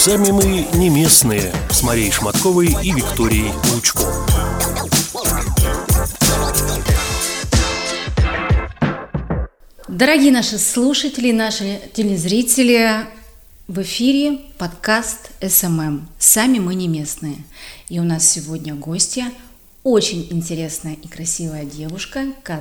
Сами мы не местные, с Марией Шматковой и Викторией Лучко. Дорогие наши слушатели, наши телезрители, в эфире подкаст СММ «Сами мы не местные». И у нас сегодня гостья, очень интересная и красивая девушка,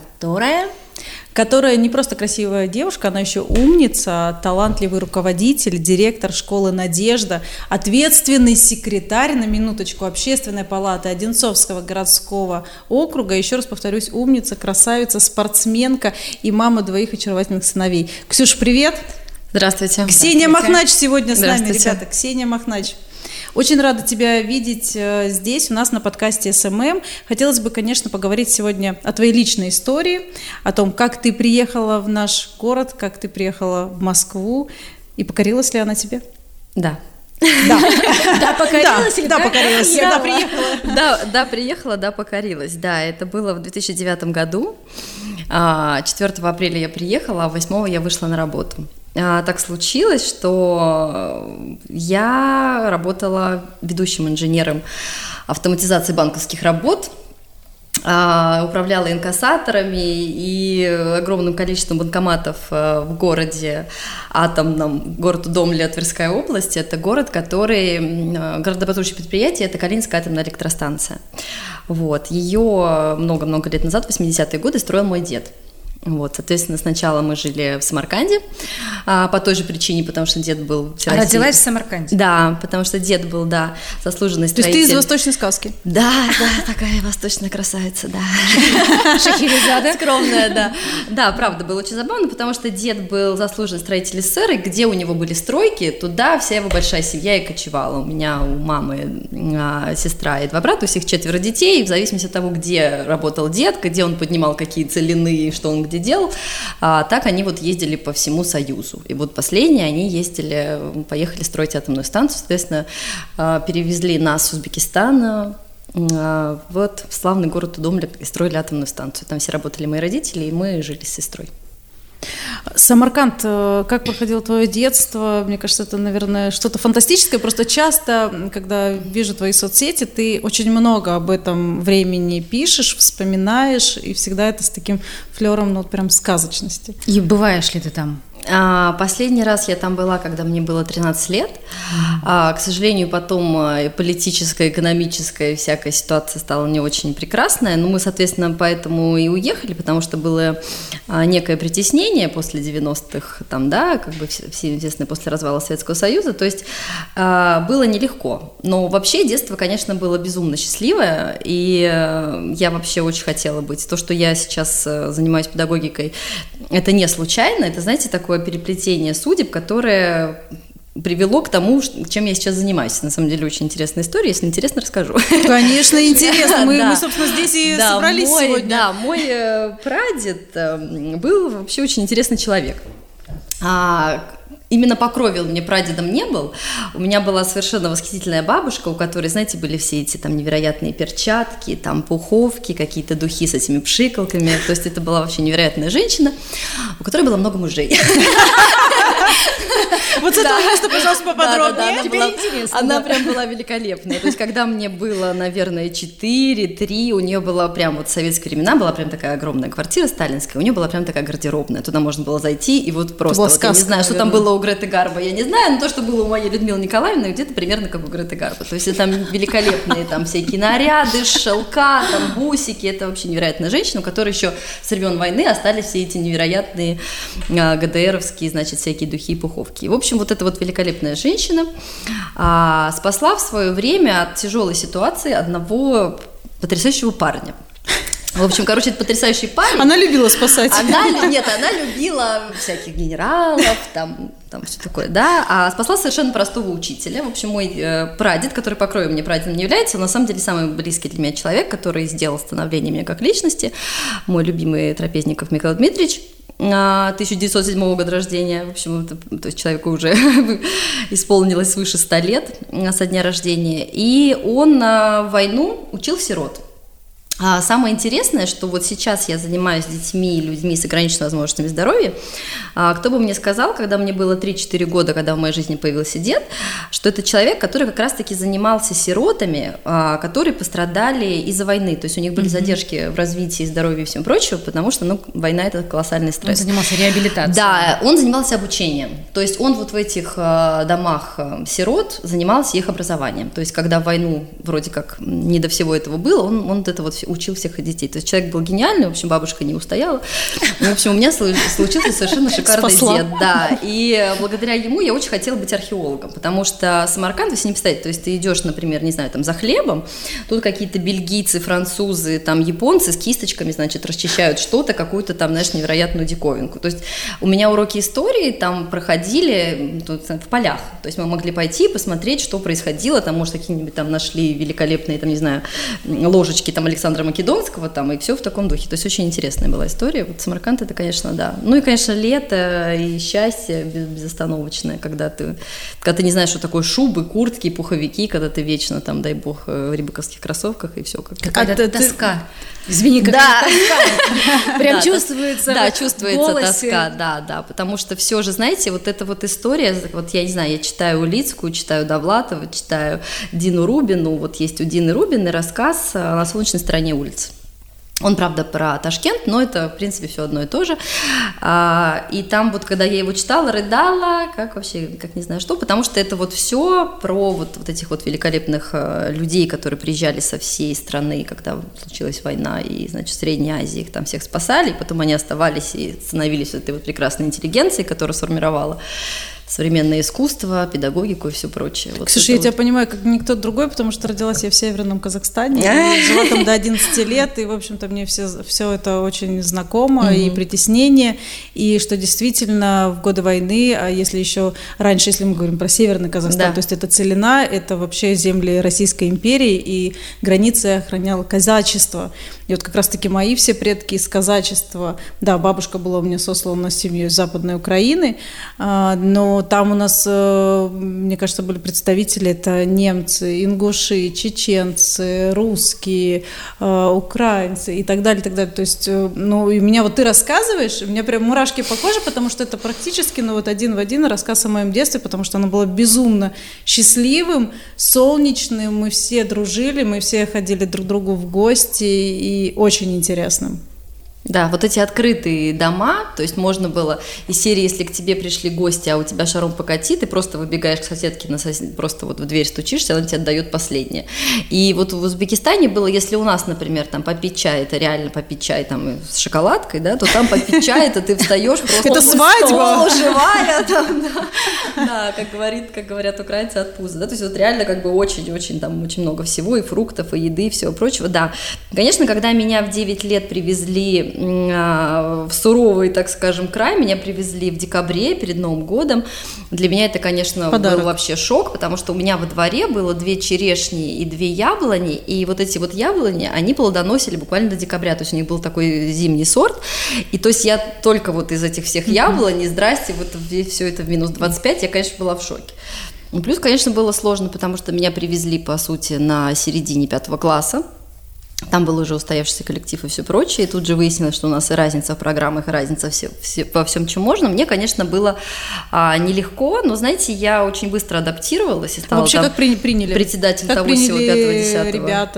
которая не просто красивая девушка, она еще умница, талантливый руководитель, директор школы «Надежда», ответственный секретарь, на минуточку, Общественной палаты Одинцовского городского округа. Еще раз повторюсь, умница, красавица, спортсменка и мама двоих очаровательных сыновей. Ксюш, привет! Здравствуйте. Ксения Махнач сегодня с нами, ребята. Ксения Махнач. Очень рада тебя видеть здесь, у нас на подкасте СММ. Хотелось бы, конечно, поговорить сегодня о твоей личной истории, о том, как ты приехала в наш город, как ты приехала в Москву, и покорилась ли она тебе? Да. Да, покорилась или да, покорилась, да, приехала? Да, приехала, да, покорилась. Да, это было в 2009 году. 4 апреля я приехала, а 8 я вышла на работу. Так случилось, что я работала ведущим инженером автоматизации банковских работ, управляла инкассаторами и огромным количеством банкоматов в городе атомном, город Удомля, Тверская область. Это город, который, городообразующее предприятие, это Калининская атомная электростанция. Вот. Ее много-много лет назад, в 80-е годы, строил мой дед. Вот, соответственно, сначала мы жили в Самарканде, по той же причине, потому что дед был всероссийский. Родилась в Самарканде? Да, потому что дед был, да, заслуженный строитель. То есть ты из восточной сказки? Да, такая восточная красавица, да. Шахерезада? Скромная, да. Да, правда, было очень забавно, потому что дед был заслуженный строитель СССР, и где у него были стройки, туда вся его большая семья и кочевала. У меня, у мамы сестра и 2 брата, у всех 4 детей, и в зависимости от того, где работал дед, где он поднимал какие целины, что он где делал, так они вот ездили по всему Союзу. И вот последние они ездили, поехали строить атомную станцию, соответственно, перевезли нас с Узбекистана вот в славный город Удомля и строили атомную станцию. Там все работали мои родители, и мы жили с сестрой. Самарканд, как проходило твое детство? Мне кажется, это, наверное, что-то фантастическое. Просто часто, когда вижу твои соцсети, ты очень много об этом времени пишешь, вспоминаешь, и всегда это с таким флером, ну, вот прям сказочности. И бываешь ли ты там? Последний раз я там была, когда мне было 13 лет. К сожалению, потом политическая, экономическая всякая ситуация стала не очень прекрасная. Но мы, соответственно, поэтому и уехали, потому что было некое притеснение после 90-х, там, да, как бы все известно, после развала Советского Союза. То есть было нелегко. Но вообще детство, конечно, было безумно счастливое. И я вообще очень хотела быть. То, что я сейчас занимаюсь педагогикой, это не случайно. Это, знаете, такое переплетение судеб, которое привело к тому, чем я сейчас занимаюсь. На самом деле, очень интересная история. Если интересно, расскажу. Конечно, интересно. Мы, собственно, здесь и собрались сегодня. Да, мой прадед был вообще очень интересный человек. Именно по крови он мне прадедом не был. У меня была совершенно восхитительная бабушка, у которой, знаете, были все эти там невероятные перчатки, там пуховки, какие-то духи с этими пшикалками. То есть это была вообще невероятная женщина, у которой было много мужей. Вот с этого места, пожалуйста, поподробнее. Теперь интересно. Она прям была великолепная. То есть когда мне было, наверное, 4-3, у нее была прям вот в советские времена была прям такая огромная квартира сталинская, у нее была прям такая гардеробная. Туда можно было зайти и вот просто, вот, я не знаю, что там было у Греты Гарбо, я не знаю, но то, что было у моей Людмилы Николаевны, где-то примерно как у Греты Гарбо. То есть там великолепные там всякие наряды, шелка, там бусики. Это вообще невероятная женщина, у которой еще со времен войны остались все эти невероятные ГДРовские, значит, всякие духи и пуховки. В общем, вот эта вот великолепная женщина спасла в свое время от тяжелой ситуации одного потрясающего парня. В общем, короче, это потрясающий парень. Она любила спасать. Она любила всяких генералов, там все такое, да, а спасла совершенно простого учителя. В общем, мой прадед, который по крови мне прадедом не является, он на самом деле самый близкий для меня человек, который сделал становление меня как личности, мой любимый Трапезников Михаил Дмитриевич, 1907 года рождения, в общем, то есть человеку уже исполнилось свыше 100 лет со дня рождения, и он в войну учил сирот. А самое интересное, что вот сейчас я занимаюсь с детьми и людьми с ограниченными возможностями здоровья. Кто бы мне сказал, когда мне было 3-4 года, когда в моей жизни появился дед, что это человек, который как раз-таки занимался сиротами, которые пострадали из-за войны. То есть у них были задержки в развитии здоровья и всем прочего, потому что война – это колоссальный стресс. Он занимался реабилитацией. Да, он занимался обучением. То есть он вот в этих домах сирот занимался их образованием. То есть когда в войну вроде как не до всего этого было, он вот это вот учил всех детей. То есть человек был гениальный, в общем, бабушка не устояла. В общем, у меня случился совершенно шикарный дед. Да, и благодаря ему я очень хотела быть археологом, потому что Самарканд, вы себе не представляете, то есть ты идешь, например, не знаю, там за хлебом, тут какие-то бельгийцы, французы, там японцы с кисточками, значит, расчищают что-то, какую-то там, знаешь, невероятную диковинку. То есть у меня уроки истории там проходили тут, в полях, то есть мы могли пойти посмотреть, что происходило, там, может, какие-нибудь там нашли великолепные, там, не знаю, ложечки там Александра Македонского, там, и все в таком духе. То есть очень интересная была история. Вот Самарканд, это, конечно, да. Ну и, конечно, лето и счастье безостановочное, когда ты не знаешь, что такое шубы, куртки, пуховики, когда ты вечно там, дай бог, в рибаковских кроссовках и все. Какая-то тоска. Извини, какая тоска. Прям чувствуется. Да, чувствуется тоска, да, потому что все же, знаете, вот эта вот история, вот я не знаю, я читаю Улицкую, читаю Довлатова, читаю Дину Рубину, вот есть у Дины Рубиной рассказ «На солнечной стороне улиц». Он, правда, про Ташкент, но это, в принципе, все одно и то же. И там вот, когда я его читала, рыдала, как вообще, как не знаю что, потому что это вот все про вот этих вот великолепных людей, которые приезжали со всей страны, когда случилась война, и, значит, в Средней Азии их там всех спасали, и потом они оставались и становились этой вот прекрасной интеллигенцией, которая сформировала современное искусство, педагогику и все прочее. Вот Ксюша, я тебя понимаю, как никто другой, потому что родилась я в Северном Казахстане, и жила там до 11 лет, и, в общем-то, мне все это очень знакомо, и притеснение, и что действительно в годы войны, а если еще раньше, если мы говорим про Северный Казахстан, то есть это Целина, это вообще земли Российской империи, и границы охраняло казачество. И вот как раз-таки мои все предки из казачества, да, бабушка была у меня сослана семьей из Западной Украины, но там у нас, мне кажется, были представители, это немцы, ингуши, чеченцы, русские, украинцы и так далее, так далее. То есть, ну, и меня вот ты рассказываешь, у меня прям мурашки по коже, потому что это практически, ну, вот один в один рассказ о моем детстве, потому что оно было безумно счастливым, солнечным, мы все дружили, мы все ходили друг к другу в гости, и очень интересным. Да, вот эти открытые дома, то есть можно было из серии, если к тебе пришли гости, а у тебя шаром покати, ты просто выбегаешь к соседке, просто вот в дверь стучишься, она тебе отдает последнее. И вот в Узбекистане было, если у нас, например, там попить чай, это реально попить чай там с шоколадкой, да, то там попить чай, это ты встаешь просто... Это свадьба! Живая там, да, как говорят украинцы, от пуза, да, то есть вот реально как бы очень-очень там очень много всего, и фруктов, и еды, и всего прочего, да. Конечно, когда меня в 9 лет привезли в суровый, так скажем, край, меня привезли в декабре перед Новым годом. Для меня это, конечно, подарок. Был вообще шок, потому что у меня во дворе было 2 черешни и 2 яблони, и вот эти вот яблони, они плодоносили буквально до декабря, то есть у них был такой зимний сорт, и то есть я только вот из этих всех яблоней, здрасте, вот все это в минус 25, я, конечно, была в шоке. Плюс, конечно, было сложно, потому что меня привезли, по сути, на середине 5 класса. Там был уже устоявшийся коллектив и все прочее, и тут же выяснилось, что у нас и разница в программах, и разница во всем, чем можно. Мне, конечно, было нелегко, но, знаете, я очень быстро адаптировалась и стала вообще, как приняли? Председатель как того всего 5-10.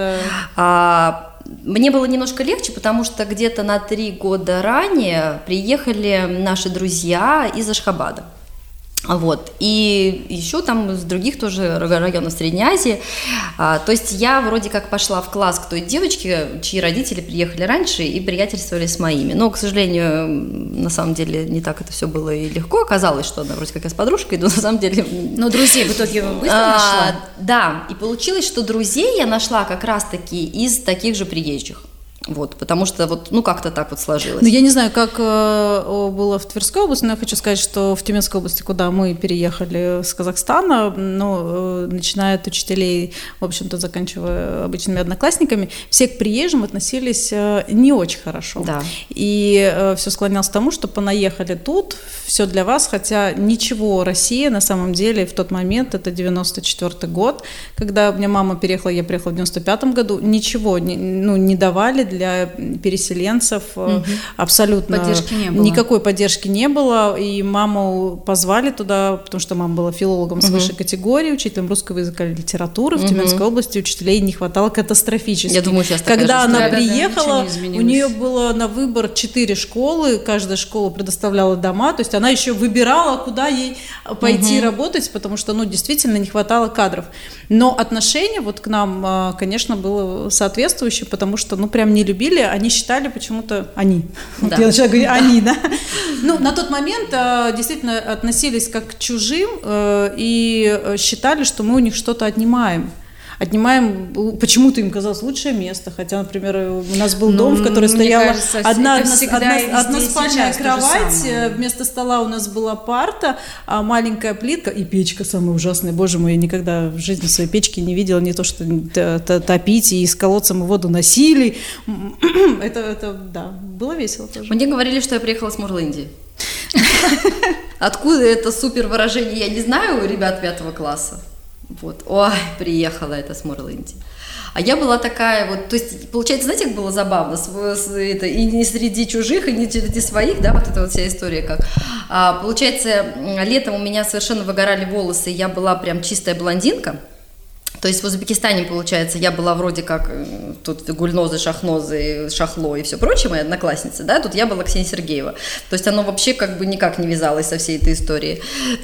Ребята? Мне было немножко легче, потому что где-то на 3 года ранее приехали наши друзья из Ашхабада. Вот. И еще там из других тоже районов Средней Азии. То есть я вроде как пошла в класс к той девочке, чьи родители приехали раньше и приятельствовали с моими. Но, к сожалению, на самом деле не так это все было и легко. Оказалось, что она вроде как я с подружкой, но на самом деле... Но друзей в итоге быстро нашла? Да, и получилось, что друзей я нашла как раз-таки из таких же приезжих. Вот, потому что вот, ну, как-то так вот сложилось. Ну, я не знаю, как было в Тверской области, но я хочу сказать, что в Тюменской области, куда мы переехали с Казахстана, ну, начиная от учителей, в общем-то, заканчивая обычными одноклассниками, все к приезжим относились не очень хорошо. Да. И все склонялось к тому, что понаехали тут, все для вас, хотя ничего, Россия на самом деле в тот момент, это 94-й год, когда у меня мама переехала, я приехала в 95-м году, ничего не давали для переселенцев, абсолютно поддержки не было. Никакой поддержки не было, и маму позвали туда, потому что мама была филологом с высшей категории, учителем русского языка и литературы. В Тюменской области учителей не хватало катастрофически. Я думаю, сейчас такая Когда же она история. приехала, ничего не у нее было на выбор 4 школы, каждая школа предоставляла дома, то есть она еще выбирала, куда ей пойти работать, потому что, ну, действительно не хватало кадров. Но отношение вот к нам, конечно, было соответствующее, потому что, ну, прям не любили, они считали почему-то, они, Да. я начала говорить, они, да, ну, на тот момент действительно относились как к чужим и считали, что мы у них что-то отнимаем, почему-то им казалось лучшее место, хотя, например, у нас был дом, в котором стояла односпальная кровать, вместо стола у нас была парта, маленькая плитка и печка самая ужасная, боже мой, я никогда в жизни своей печки не видела, не то что топить, и из колодца мы воду носили, это, да, было весело тоже. Мне говорили, что я приехала с Мурлындии. Откуда это супер выражение, я не знаю, у ребят 5 класса. Вот, ой, приехала это с Мурлындии. А я была такая вот, то есть, получается, знаете, как было забавно, это, и не среди чужих, и не среди своих, да, вот эта вот вся история как. Получается, летом у меня совершенно выгорали волосы, я была прям чистая блондинка. То есть в Узбекистане, получается, я была вроде как тут Гульнозы, Шахнозы, Шахло и все прочее, моя одноклассница, да, тут я была Ксения Сергеева. То есть оно вообще как бы никак не вязалось со всей этой историей.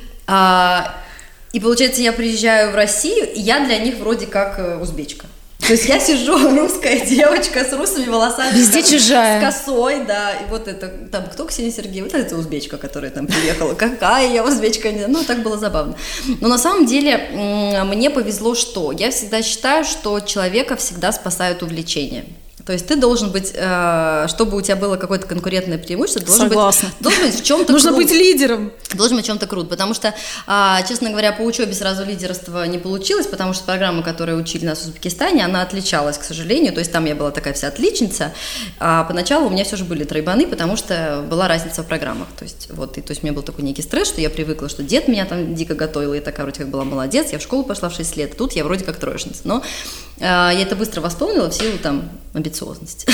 И получается, я приезжаю в Россию, и я для них вроде как узбечка. То есть я сижу, русская девочка с русыми волосами. Везде чужая. С косой, да. И вот это, там, кто Ксения Сергеева? Вот это узбечка, которая там приехала. Какая я узбечка? Ну, так было забавно. Но на самом деле мне повезло что? Я всегда считаю, что человека всегда спасают увлечения. То есть ты должен быть, чтобы у тебя было какое-то конкурентное преимущество, должен быть в чем-то Нужно быть лидером. Должен быть в чем-то крут, потому что, честно говоря, по учебе сразу лидерство не получилось, потому что программа, которую учили нас в Узбекистане, она отличалась, к сожалению, то есть там я была такая вся отличница, а поначалу у меня все же были тройбаны, потому что была разница в программах, то есть вот, и, то есть у меня был такой некий стресс, что я привыкла, что дед меня там дико готовил, и такая вроде как была молодец, я в школу пошла в 6 лет, тут я вроде как троечница, но я это быстро восполнила в силу там амбициозности.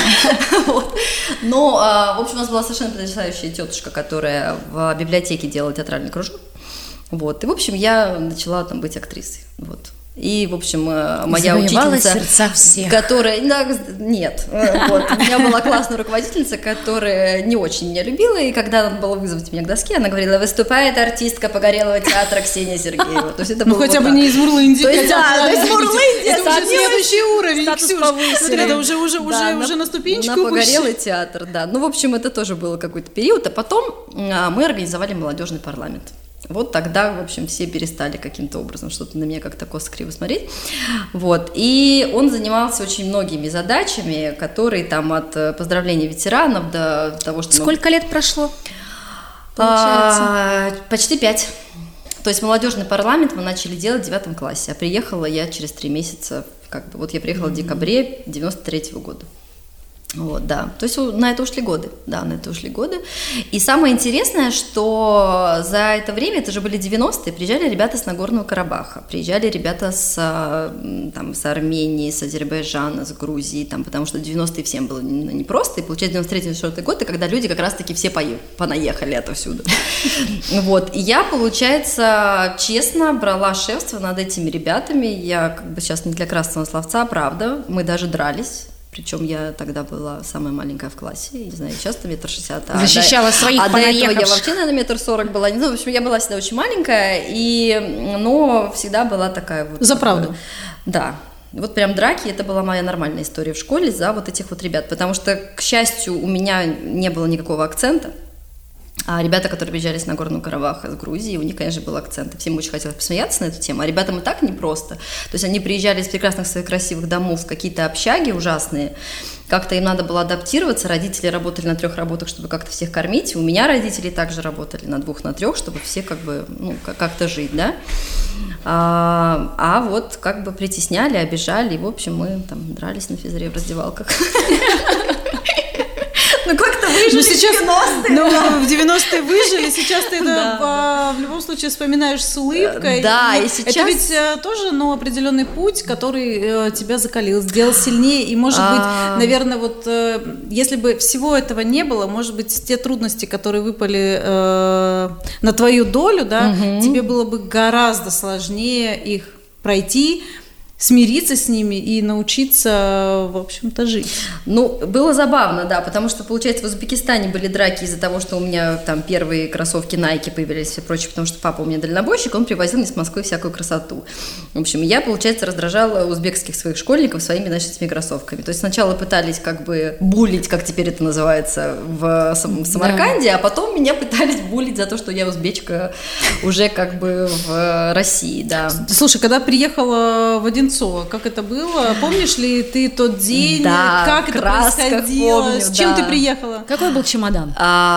Но, в общем, у нас была совершенно потрясающая тетушка, которая в библиотеке делала театральный кружок. Вот. И, в общем, я начала там быть актрисой. Вот. И, в общем, моя учительница, сердца всех. которая... Нет. Вот. У меня была классная руководительница, которая не очень меня любила, и когда надо было вызвать меня к доске, она говорила: выступает артистка Погорелого театра Ксения Сергеева. То есть это было хотя вот бы так. не из Мурлындии. То есть, да, из Мурлындии. Это уже следующий уровень, статус Ксюш. повысили. Это уже на ступенечку На Погорелый театр, да. Ну, в общем, это тоже был какой-то период. А потом мы организовали молодежный парламент. Вот тогда, в общем, все перестали каким-то образом что-то на меня как-то косо-криво смотреть. Вот. И он занимался очень многими задачами, которые там от поздравления ветеранов до того, что... Сколько лет прошло, получается? Почти 5. То есть молодежный парламент мы начали делать в 9 классе, а приехала я через 3 месяца, как бы, вот я приехала в декабре 93-го года. Вот, да, то есть на это ушли годы, И самое интересное, что за это время, это же были 90-е, приезжали ребята с Нагорного Карабаха, приезжали ребята с Армении, с Азербайджана, с Грузии, там, потому что 90-е всем было непросто, и получается 93-94 год, и когда люди как раз-таки все понаехали отовсюду. Вот, и я, получается, честно брала шефство над этими ребятами, я как бы сейчас не для красного словца, правда, мы даже дрались. Причем я тогда была самая маленькая в классе, я не знаю, сейчас там 1,60 м. Защищала своих понаехавших. До этого я вообще, наверное, 1,40 м была. Ну, в общем, я была всегда очень маленькая, но всегда была такая вот... За правду. Да. Вот прям драки, это была моя нормальная история в школе за вот этих вот ребят, потому что, к счастью, у меня не было никакого акцента. А ребята, которые приезжали с Нагорного Карабаха, из Грузии, у них, конечно, был акцент. И всем очень хотелось посмеяться на эту тему. А ребятам и так непросто. То есть они приезжали из прекрасных своих красивых домов в какие-то общаги ужасные. Как-то им надо было адаптироваться. Родители работали на 3 работах, чтобы как-то всех кормить. У меня родители также работали на 2, на 3, чтобы все как бы, как-то жить, да. А вот как бы притесняли, обижали. И, в общем, мы там дрались на физре в раздевалках. Ну, как-то выжили сейчас, в 90-е. Ну, в 90-е выжили, сейчас ты это в любом случае вспоминаешь с улыбкой. Да, и сейчас... Это ведь тоже, определенный путь, который тебя закалил, сделал сильнее. И, может быть, наверное, вот если бы всего этого не было, может быть, те трудности, которые выпали на твою долю, да, тебе было бы гораздо сложнее их пройти, смириться с ними и научиться, в общем-то, жить. Ну, было забавно, да, потому что, получается, в Узбекистане были драки из-за того, что у меня там первые кроссовки Nike появились и все прочее, потому что папа у меня дальнобойщик, он привозил мне с Москвы всякую красоту. В общем, я, получается, раздражала узбекских своих школьников своими, этими кроссовками. То есть сначала пытались как бы булить, как теперь это называется, в Самарканде, а потом меня пытались булить за то, что я узбечка уже как бы в России, да. Слушай, когда приехала в Одинцово, как это было? Помнишь ли ты тот день? Да, как это происходило? Помню, с чем да. ты приехала? Какой был чемодан?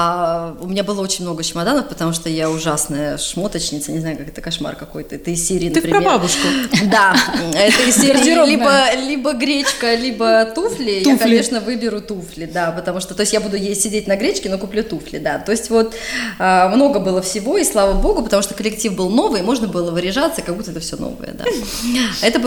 У меня было очень много чемоданов, потому что я ужасная шмоточница, не знаю, как это кошмар какой-то. Это из серии, Ты например... про бабушку. Да, это из серии либо гречка, либо туфли. Я, конечно, выберу туфли, да, потому что, то есть я буду сидеть на гречке, но куплю туфли, да. То есть вот много было всего, и слава богу, потому что коллектив был новый, и можно было выряжаться, как будто это все новое, да. Это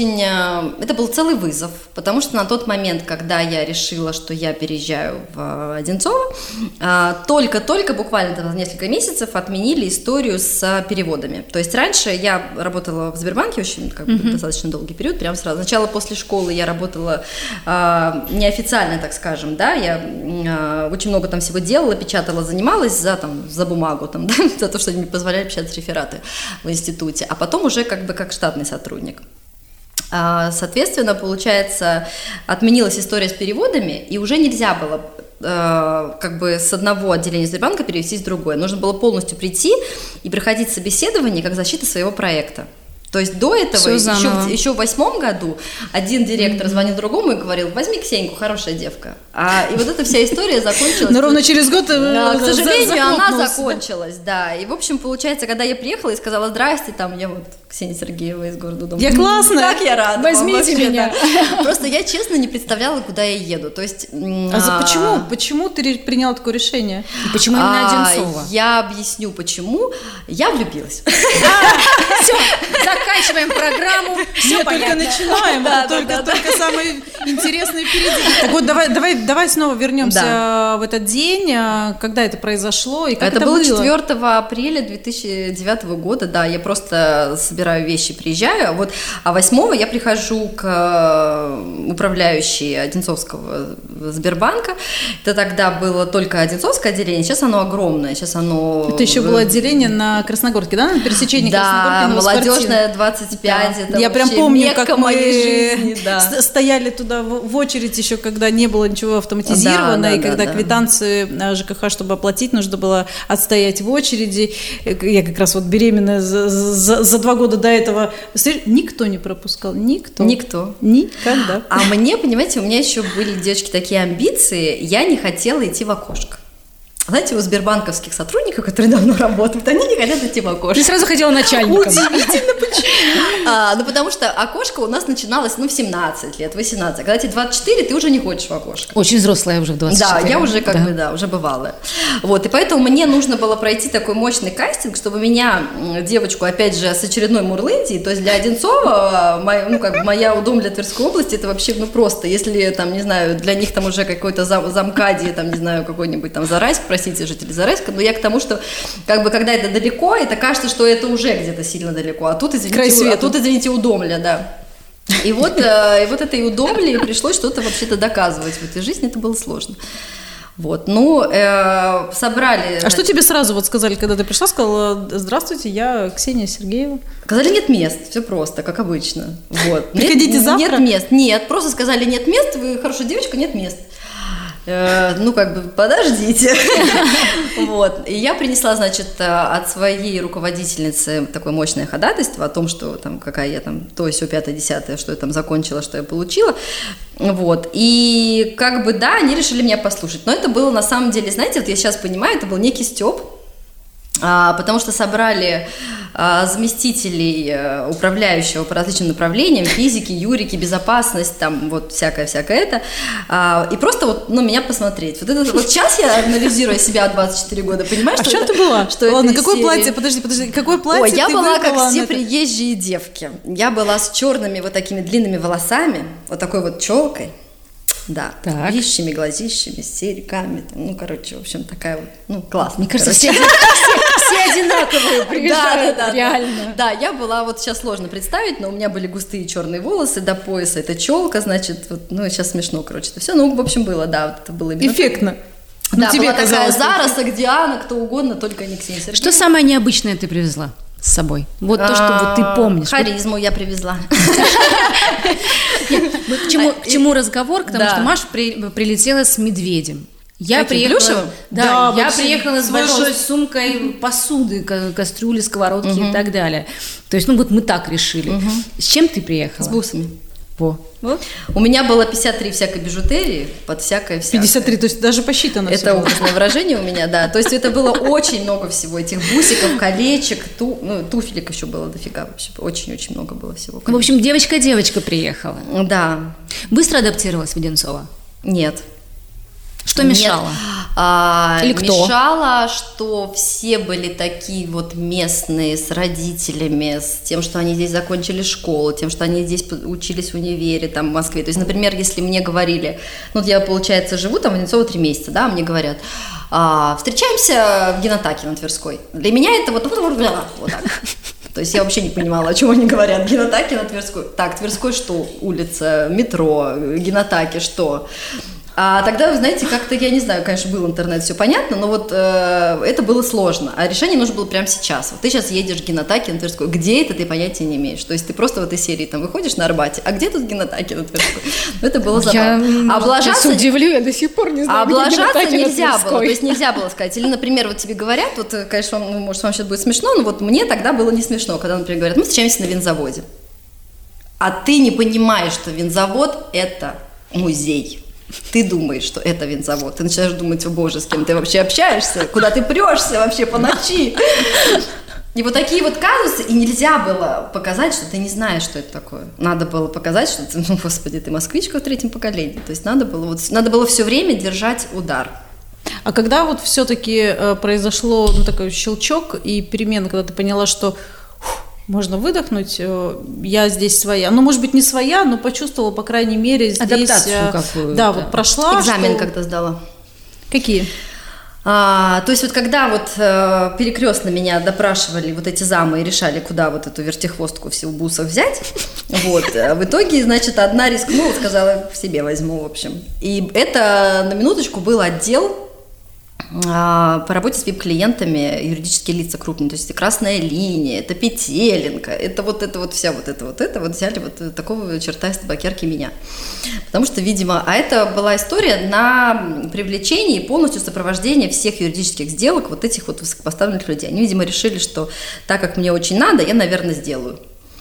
был целый вызов, потому что на тот момент, когда я решила, что я переезжаю в Одинцово, только-только, буквально за несколько месяцев, отменили историю с переводами. То есть раньше я работала в Сбербанке очень достаточно долгий период, прям сразу. Сначала после школы я работала неофициально, так скажем, да, я очень много там всего делала, печатала, занималась за бумагу, там, да, за то, что они мне позволяли печатать рефераты в институте, а потом уже как штатный сотрудник. Соответственно, получается, отменилась история с переводами, и уже нельзя было как бы с одного отделения Сбербанка перевестись в другое. Нужно было полностью прийти и проходить собеседование как защита своего проекта. То есть до этого, еще в 2008 году, один директор звонил другому и говорил: возьми Ксеньку, хорошая девка. И вот эта вся история закончилась. Но ровно через год, к сожалению, она закончилась, да. И, в общем, получается, когда я приехала и сказала: здрасте, там, я вот Ксения Сергеева из города Дома. Я классная. Как я рада. Возьмите меня. Да. Просто я, честно, не представляла, куда я еду. То есть... Почему ты приняла такое решение? Почему именно Одинцово? Я объясню, почему. Я влюбилась. Все, заканчиваем программу. Все только начинаем, только самое интересное впереди. Так вот, давай снова вернемся в этот день, когда это произошло и как это было. Это было 4 апреля 2009 года, да, я просто собираю вещи, приезжаю, а 8 я прихожу к управляющей Одинцовского Сбербанка. Это тогда было только Одинцовское отделение, сейчас оно огромное, сейчас оно... Это еще было отделение на Красногорске, да, на пересечении Красногорки и Молодежная 25, да. Это я прям помню, как мы жизни, стояли туда в очередь еще, когда не было ничего автоматизировано, и когда квитанции ЖКХ, чтобы оплатить, нужно было отстоять в очереди. Я как раз беременная за 2 года до этого, никто не пропускал, никто. Никогда. А мне, понимаете, у меня еще были, девочки, такие амбиции, я не хотела идти в окошко. Знаете, у сбербанковских сотрудников, которые давно работают, они не хотят идти в окошко. Ты сразу хотела начальником. Удивительно, почему? Потому что окошко у нас начиналось, в 17 лет, 18. Когда тебе 24, ты уже не ходишь в окошко. Очень взрослая уже в 24. Да, я уже уже бывалая. И поэтому мне нужно было пройти такой мощный кастинг, чтобы меня, девочку, опять же, с очередной Мурлындии, то есть для Одинцова, моя удом для Тверской области, это вообще, просто, если, там, не знаю, для них там уже какой-то замкади, там, не знаю, какой-нибудь там Зарайск, простите, жители Зарайска, но я к тому, что когда это далеко, это кажется, что это уже где-то сильно далеко, а тут, извините, Удомля, да. И вот этой Удомле пришлось что-то вообще-то доказывать в этой жизни, это было сложно. Собрали... А что тебе сразу сказали, когда ты пришла, сказала: здравствуйте, я Ксения Сергеева? Сказали: нет мест, все просто, как обычно. Приходите завтра? Нет мест, нет, просто сказали: нет мест, вы хорошая девочка, нет мест. Подождите. Вот. И я принесла, значит, от своей руководительницы такое мощное ходатайство о том, что там, какая я там, то, сё, 5-10, что я там закончила, что я получила. Вот. И да, они решили меня послушать. Но это было на самом деле, знаете, вот я сейчас понимаю, это был некий стёб, потому что собрали заместителей управляющего по различным направлениям, физики, юрики, безопасность, там вот всякое это, и просто меня посмотреть. Вот сейчас я анализирую себя 24 года, понимаешь, что чем ты была? Ладно, какое платье? Подожди, какое платье? Ой, я была как все приезжие девки. Я была с черными вот такими длинными волосами, вот такой вот челкой. Да, вещими, глазищами, серьгами, в общем, такая вот, классная. Мне кажется, все одинаковые приезжают, реально. Да, я была, вот сейчас сложно представить, но у меня были густые черные волосы до пояса, это челка, значит, сейчас смешно, это все, в общем, было, да, это было именно эффектно. Да, тебе была такая Заросок, Диана, кто угодно, только не Ксения Сергеевна. Что самое необычное ты привезла с собой? Вот то, что ты помнишь. Харизму я привезла. К чему разговор? Потому что Маша прилетела с медведем. Я приехала, я приехала с большой сумкой посуды, кастрюли, сковородки и так далее. То есть, мы так решили. С чем ты приехала? С бусами. Вот. У меня было 53 всякой бижутерии под всякое. 53, то есть даже посчитано. Это образное выражение у меня, да. То есть это было очень много всего, этих бусиков, колечек, туфелек еще было дофига вообще. Очень-очень много было всего. В общем, девочка Да. приехала. Быстро адаптировалась в Одинцово? Нет. Что мешало? Или кто? Мешало, что все были такие вот местные, с родителями, с тем, что они здесь закончили школу, тем, что они здесь учились в универе, там, в Москве. То есть, например, если мне говорили, я, получается, живу там в Одинцово 3 месяца, да, мне говорят, встречаемся в Генатаке на Тверской. Для меня это вот так. То есть я вообще не понимала, о чем они говорят. Генатаки на Тверской. Так, Тверской что? Улица, метро, Генатаки что? А тогда, вы знаете, как-то, я не знаю, конечно, был интернет, все понятно, но это было сложно, а решение нужно было прямо сейчас. Вот ты сейчас едешь в Генатаки на Тверской, где это, ты понятия не имеешь. То есть ты просто в этой серии там выходишь на Арбате, а где тут Генатаки на Тверской? Это было забавно. Я удивлю, я до сих пор не знаю, облажаться нельзя было, то есть нельзя было сказать. Или, например, вот тебе говорят, конечно, может, вам сейчас будет смешно, но мне тогда было не смешно, когда, например, говорят, мы встречаемся на винзаводе, а ты не понимаешь, что винзавод – это музей. Ты думаешь, что это винзавод. Ты начинаешь думать, о боже, с кем ты вообще общаешься, куда ты прешься вообще по ночи. И вот такие вот казусы, и нельзя было показать, что ты не знаешь, что это такое. Надо было показать, что ты, господи, ты москвичка в 3-м поколении. То есть надо было все время держать удар. А когда вот все-таки произошло такой щелчок и перемена, когда ты поняла, что можно выдохнуть, я здесь своя. Может быть, не своя, но почувствовала, по крайней мере, здесь... Адаптацию какую-то. Да, вот прошла. Экзамен когда сдала. Какие? То есть когда перекрестно меня допрашивали вот эти замы и решали, куда вот эту вертихвостку в бусах взять, в итоге, значит, одна рискнула, сказала, в себе возьму, в общем. И это, на минуточку, был отдел по работе с VIP-клиентами, юридические лица крупные, то есть это «Красная линия», это «Петелинка», это вся взяли такого черта из табакерки меня. Потому что, видимо, это была история на привлечение и полностью сопровождение всех юридических сделок этих высокопоставленных людей. Они, видимо, решили, что так как мне очень надо, я, наверное, сделаю.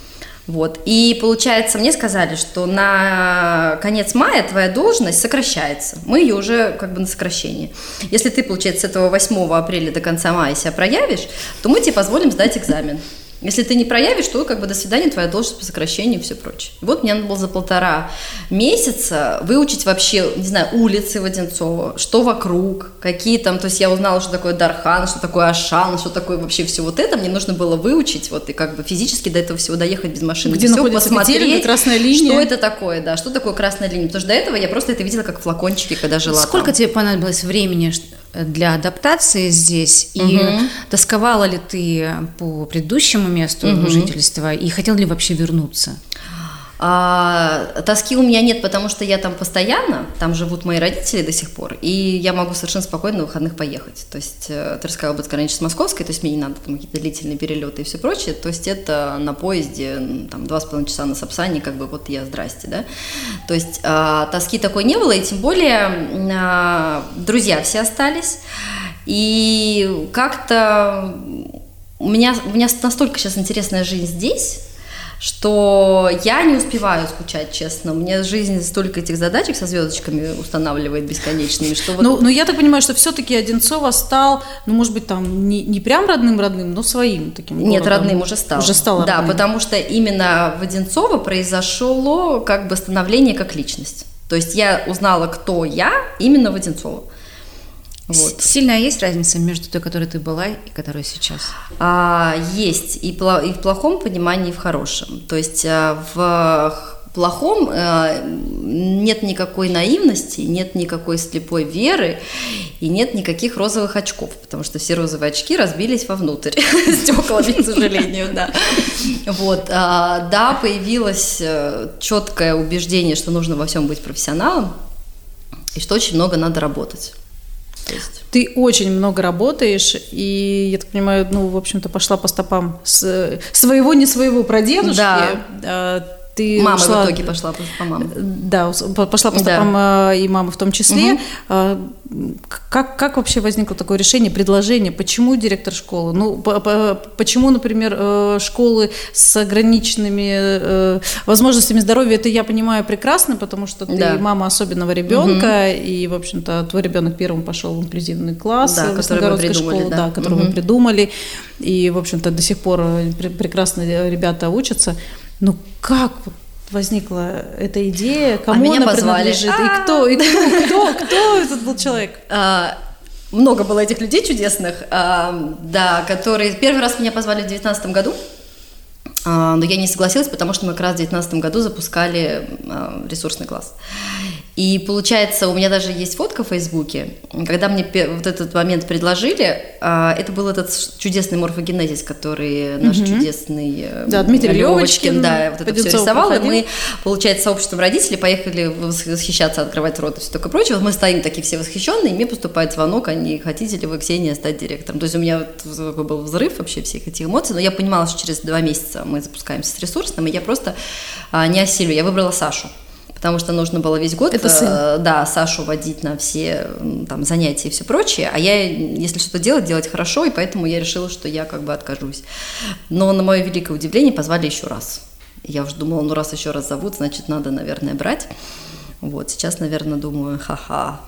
И получается, мне сказали, что на конец мая твоя должность сокращается. Мы ее уже на сокращении. Если ты, получается, с этого 8 апреля до конца мая себя проявишь, то мы тебе позволим сдать экзамен. Если ты не проявишь, то до свидания, твоя должность по сокращению и все прочее. Мне надо было за 1,5 месяца выучить вообще, не знаю, улицы в Одинцово, что вокруг, какие там, то есть я узнала, что такое Дархан, что такое Ашан, что такое вообще все это, мне нужно было выучить, и физически до этого всего доехать без машины. Где находится Петелинка, Красная линия? Что это такое, да, что такое Красная линия, потому что до этого я просто это видела как флакончики, когда жила Сколько там. тебе понадобилось времени для адаптации здесь? И тосковала ли ты по предыдущему месту жительства? И хотела ли вообще вернуться? Тоски у меня нет, потому что я там постоянно, там живут мои родители до сих пор, и я могу совершенно спокойно на выходных поехать. То есть Тверская область граничит с Московской, то есть мне не надо там какие-то длительные перелеты и все прочее, то есть это на поезде там 2,5 часа на Сапсане, как бы вот я, здрасте, да. То есть тоски такой не было, и тем более друзья все остались, и как-то у меня настолько сейчас интересная жизнь здесь, что я не успеваю скучать, честно. У меня жизнь столько этих задачек со звездочками устанавливает бесконечными, что вот... Ну, я так понимаю, что все-таки Одинцово стал, ну, может быть, там не прям родным, но своим таким городом. Нет, родным уже стал. Уже стал да, родным. потому что именно в Одинцово произошло как бы становление как личность. То есть я узнала, кто я, именно в Одинцово. Вот. Сильная есть разница между той, которой ты была, и которой сейчас? Есть и в плохом понимании, и в хорошем. То есть в плохом нет никакой наивности, нет никакой слепой веры и нет никаких розовых очков, потому что все розовые очки разбились вовнутрь стеклами, к сожалению, да. Вот, да, появилось четкое убеждение, что нужно во всем быть профессионалом и что очень много надо работать. Ты очень много работаешь, и, я так понимаю, ну, в общем-то, пошла по стопам своего, не своего прадедушки. Да. Ты мама в итоге пошла по маме. Да, пошла по стопам и мамы в том числе. Как вообще возникло такое решение, предложение? Почему директор школы? Ну, почему, например, школы с ограниченными возможностями здоровья? Это я понимаю прекрасно, потому что ты мама особенного ребенка, и, в общем-то, твой ребенок первым пошел в инклюзивный класс в Красногородской школе, который вы придумали, и, в общем-то, до сих пор прекрасно ребята учатся. Ну, как возникла эта идея? Кому она принадлежит? И кто этот был человек? Много было этих людей чудесных, да, которые первый раз меня позвали в 2019 году, но я не согласилась, потому что мы как раз в 2019 году запускали ресурсный класс. И получается, у меня даже есть фотка в Фейсбуке, когда мне вот этот момент предложили, это был этот чудесный морфогенезис, который наш чудесный Дмитрий Левочкин, да, вот это все рисовал, и мы, получается, сообществом родителей поехали восхищаться, открывать рот и все такое прочее. Вот мы стоим такие все восхищенные, и мне поступает звонок, а не хотите ли вы, Ксения, стать директором. То есть у меня такой был взрыв вообще всех этих эмоций, но я понимала, что через 2 месяца мы запускаемся с ресурсным, и я просто не осилю, я выбрала Сашу. Потому что нужно было весь год Сашу водить на все там занятия и все прочее, а я, если что-то делать хорошо, и поэтому я решила, что я как бы откажусь. Но на мое великое удивление позвали еще раз. Я уже думала, ну раз еще раз зовут, значит надо, наверное, брать. Вот, сейчас, наверное, думаю, ха-ха.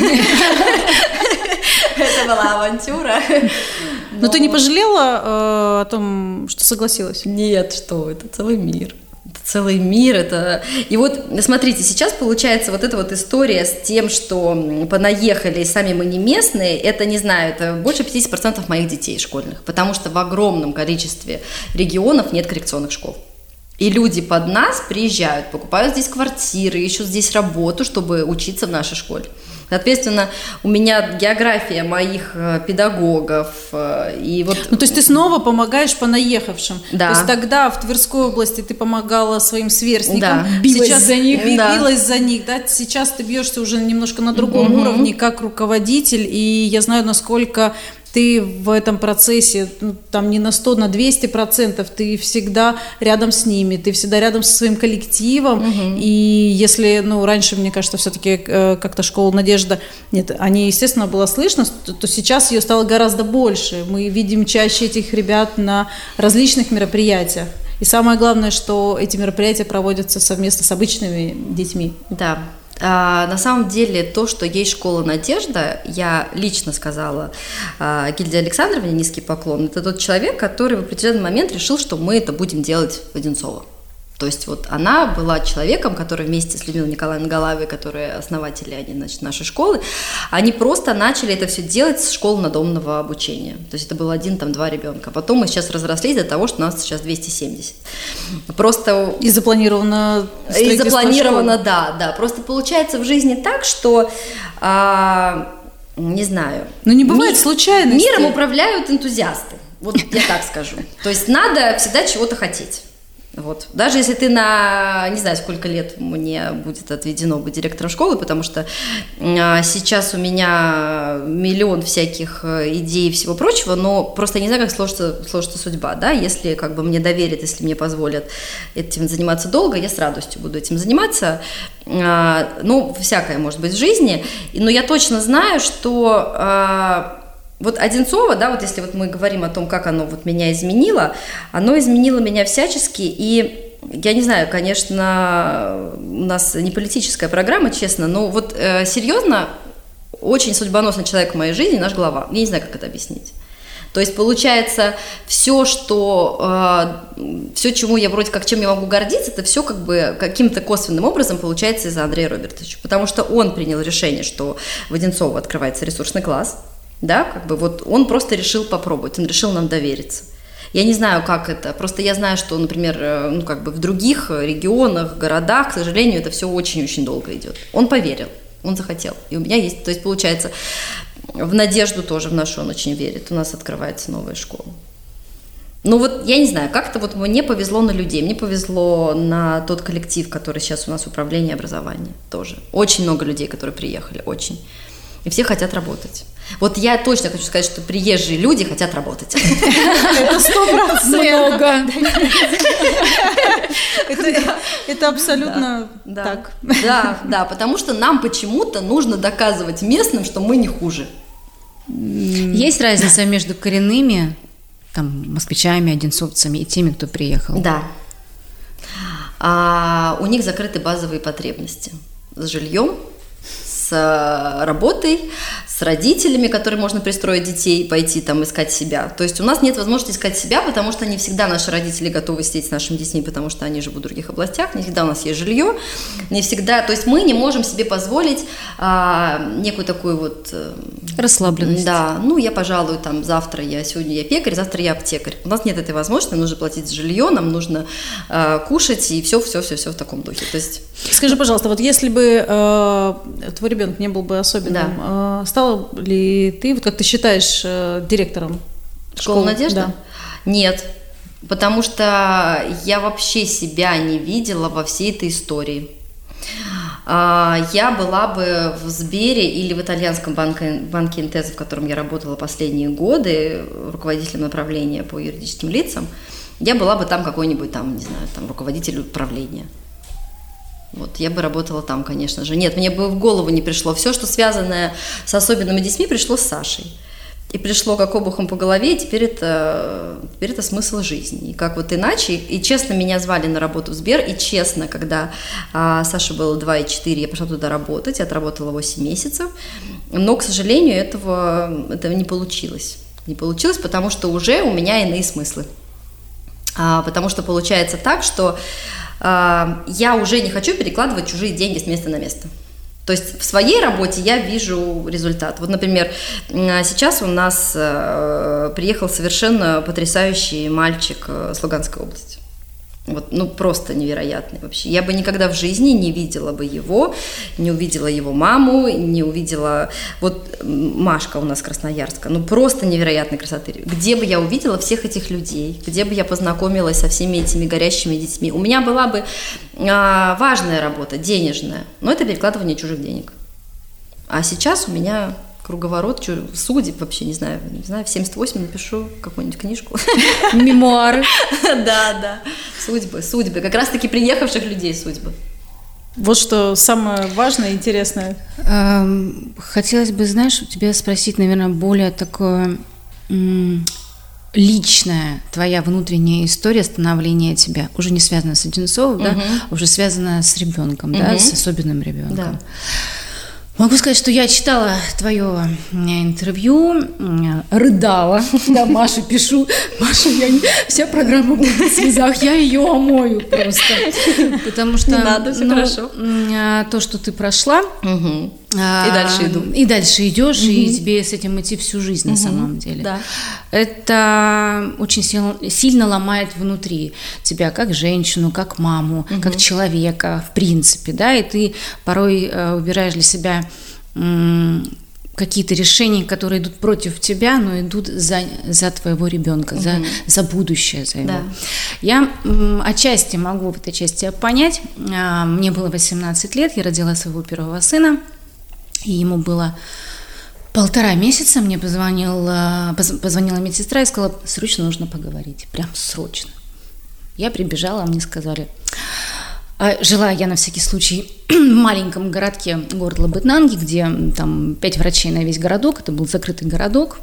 Это была авантюра. Но ты не пожалела о том, что согласилась? Нет, что, это целый мир. Целый мир, это... И вот, смотрите, сейчас получается вот эта вот история с тем, что понаехали, и сами мы не местные, это, не знаю, это больше 50% моих детей школьных, потому что в огромном количестве регионов нет коррекционных школ. И люди под нас приезжают, покупают здесь квартиры, ищут здесь работу, чтобы учиться в нашей школе. Соответственно, у меня география моих педагогов и вот... Ну, то есть ты снова помогаешь понаехавшим. Да. То есть тогда в Тверской области ты помогала своим сверстникам. Да. Билась за них. Билась за них, да. Сейчас ты бьешься уже немножко на другом уровне, как руководитель, и я знаю, насколько... Ты в этом процессе, ну, там не на 100, на 200%, ты всегда рядом с ними, ты всегда рядом со своим коллективом, и если, ну, раньше, мне кажется, все-таки как-то школа «Надежда», нет, о ней, естественно, было слышно, то сейчас ее стало гораздо больше, мы видим чаще этих ребят на различных мероприятиях, и самое главное, что эти мероприятия проводятся совместно с обычными детьми. Да. На самом деле, то, что есть школа «Надежда», я лично сказала Гильде Александровне, низкий поклон, это тот человек, который в определенный момент решил, что мы это будем делать в Одинцово. То есть вот она была человеком, который вместе с Людмилой Николаевной Галаевой, которые основатели нашей школы, они просто начали это все делать с школы надомного обучения. То есть это было 1-2 ребенка. Потом мы сейчас разрослись до того, что у нас сейчас 270. Просто... И запланировано строительство школы. Да. Просто получается в жизни так, что... не знаю. Ну не бывает случайностей. Миром управляют энтузиасты. Вот я так скажу. То есть надо всегда чего-то хотеть. Вот. Даже если ты не знаю, сколько лет мне будет отведено быть директором школы, потому что сейчас у меня миллион всяких идей и всего прочего, но просто я не знаю, как сложится судьба, да, если как бы мне доверят, если мне позволят этим заниматься долго, я с радостью буду этим заниматься, ну, всякое может быть в жизни, но я точно знаю, что... Вот Одинцово, да, вот если вот мы говорим о том, как оно вот меня изменило, оно изменило меня всячески, и я не знаю, конечно, у нас не политическая программа, честно, но вот серьезно, очень судьбоносный человек в моей жизни наш глава, я не знаю, как это объяснить. То есть, получается, все, чему я вроде как, чем я могу гордиться, это все как бы каким-то косвенным образом получается из-за Андрея Робертовича, потому что он принял решение, что в Одинцово открывается ресурсный класс, да, как бы вот он просто решил попробовать, он решил нам довериться. Я не знаю, как это, просто я знаю, что, например, ну, как бы в других регионах, городах, к сожалению, это все очень-очень долго идет. Он поверил, он захотел, и у меня есть, то есть, получается, в надежду тоже в нашу он очень верит, у нас открывается новая школа. Ну вот, я не знаю, как-то вот мне повезло на людей, мне повезло на тот коллектив, который сейчас у нас в управлении образования тоже. Очень много людей, которые приехали, очень. И все хотят работать. Вот я точно хочу сказать, что приезжие люди хотят работать. Это 100% много. Это абсолютно так. Да, потому что нам почему-то нужно доказывать местным, что мы не хуже. Есть разница между коренными, там, москвичами, одинцовцами и теми, кто приехал? Да. У них закрыты базовые потребности с жильем, с работой, с родителями, которые можно пристроить детей, пойти там искать себя. То есть у нас нет возможности искать себя, потому что не всегда наши родители готовы сидеть с нашими детьми, потому что они живут в других областях, не всегда у нас есть жилье, не всегда, то есть мы не можем себе позволить некую такую вот... расслабленность. Да, ну я, пожалуй, там сегодня я пекарь, завтра я аптекарь. У нас нет этой возможности, нам нужно платить за жилье, нам нужно кушать и все в таком духе. То есть... Скажи, пожалуйста, вот если бы твой ребенок не был бы особенным, да. Стала ли ты, вот как ты считаешь, директором школы «Надежда»? Да. Нет, потому что я вообще себя не видела во всей этой истории. Я была бы в Сбере или в итальянском банке Intesa, в котором я работала последние годы, руководителем направления по юридическим лицам, я была бы там какой-нибудь там, не знаю, там руководитель управления. Вот, я бы работала там, конечно же. Нет, мне бы в голову не пришло. Все, что связанное с особенными детьми, пришло с Сашей. И пришло как обухом по голове, и теперь это смысл жизни. И как вот иначе. И честно, меня звали на работу в Сбер, и честно, когда Саше было 2,4, я пошла туда работать, я отработала 8 месяцев. Но, к сожалению, это не получилось. Не получилось, потому что уже у меня иные смыслы. Потому что получается так, что я уже не хочу перекладывать чужие деньги с места на место. То есть в своей работе я вижу результат. Вот, например, сейчас у нас приехал совершенно потрясающий мальчик с Луганской области. Вот, ну, просто невероятный вообще. Я бы никогда в жизни не видела бы его, не увидела его маму, не увидела... Вот Машка у нас красноярска, ну, просто невероятной красоты. Где бы я увидела всех этих людей, где бы я познакомилась со всеми этими горящими детьми. У меня была бы важная работа, денежная, но это перекладывание чужих денег. А сейчас у меня... круговорот, судеб вообще, не знаю, в 78 напишу какую-нибудь книжку. Мемуары. Да, судьбы, как раз-таки приехавших людей судьбы. Вот что самое важное и интересное. Хотелось бы, знаешь, у тебя спросить, наверное, более такое личная твоя внутренняя история становления тебя, уже не связана с Одинцовым, да, уже связана с ребенком, да, с особенным ребенком. Да. Могу сказать, что я читала твое интервью, рыдала, да, Маше пишу, Маша, вся программа будет в слезах, я ее омою просто, потому что не надо, все хорошо. То, что ты прошла, и дальше иду. И дальше идешь, и тебе с этим идти всю жизнь на самом деле. Да. Это очень сильно ломает внутри тебя, как женщину, как маму, как человека, в принципе, да, и ты порой выбираешь для себя какие-то решения, которые идут против тебя, но идут за твоего ребенка, за будущее, за его. Да. Я отчасти могу в этой части понять. Мне было 18 лет, я родила своего первого сына, и ему было 1,5 месяца. Мне позвонила медсестра и сказала: срочно нужно поговорить, прям срочно. Я прибежала, мне сказали... Жила я, на всякий случай, в маленьком городке, город Лабытнанги, где там 5 врачей на весь городок, это был закрытый городок.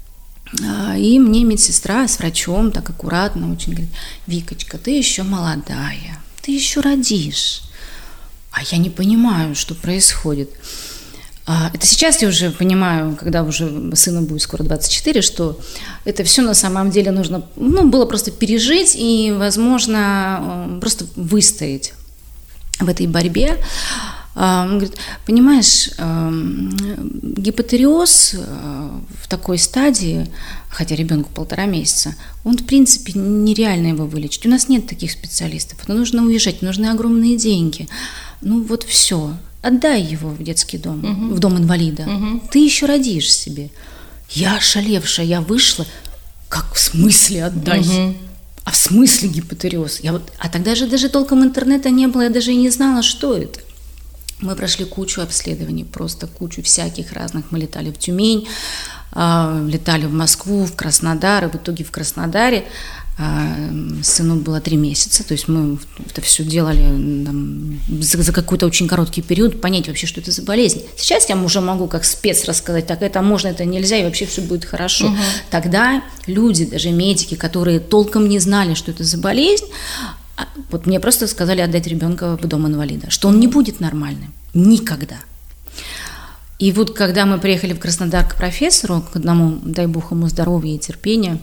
И мне медсестра с врачом так аккуратно очень говорит: Викочка, ты еще молодая, ты еще родишь. А я не понимаю, что происходит. Это сейчас я уже понимаю, когда уже сыну будет скоро 24, что это все на самом деле нужно, было просто пережить и, возможно, просто выстоять в этой борьбе. Он говорит: понимаешь, гипотереоз в такой стадии, хотя ребенку 1,5 месяца, он, в принципе, нереально его вылечить. У нас нет таких специалистов. Но нужно уезжать, нужны огромные деньги. Все. Отдай его в детский дом, в дом инвалида. Ты еще родишь себе. Я ошалевшая, я вышла. Как в смысле отдай? А в смысле гипотереоз? А тогда же даже толком интернета не было, я даже и не знала, что это. Мы прошли кучу обследований, просто кучу всяких разных. Мы летали в Тюмень, летали в Москву, в Краснодар, и в итоге в Краснодаре сыну было 3 месяца, то есть мы это все делали за какой-то очень короткий период, понять вообще, что это за болезнь. Сейчас я уже могу как спец рассказать: так, это можно, это нельзя, и вообще все будет хорошо. Тогда люди, даже медики, которые толком не знали, что это за болезнь, вот мне просто сказали отдать ребенка в дом инвалида, что он не будет нормальным никогда. И вот когда мы приехали в Краснодар к профессору, к одному, дай бог ему здоровья и терпения,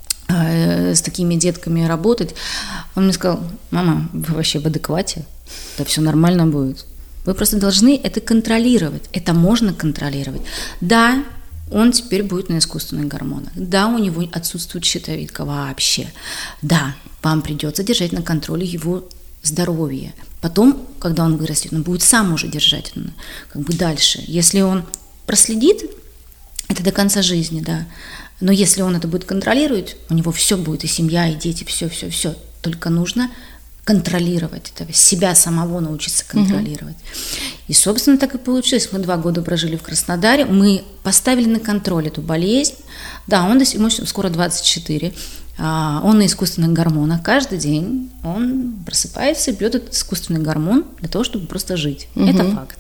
с такими детками работать, он мне сказал: мама, вы вообще в адеквате? Да все нормально будет. Вы просто должны это контролировать. Это можно контролировать. Да, он теперь будет на искусственных гормонах. Да, у него отсутствует щитовидка вообще. Да, вам придется держать на контроле его здоровье. Потом, когда он вырастет, он будет сам уже держать дальше. Если он проследит, это до конца жизни, да. Но если он это будет контролировать, у него все будет, и семья, и дети, все. Только нужно контролировать это, себя самого научиться контролировать. И, собственно, так и получилось. Мы 2 года прожили в Краснодаре, мы поставили на контроль эту болезнь. Да, ему скоро 24, он на искусственных гормонах. Каждый день он просыпается и пьет этот искусственный гормон для того, чтобы просто жить. Это факт.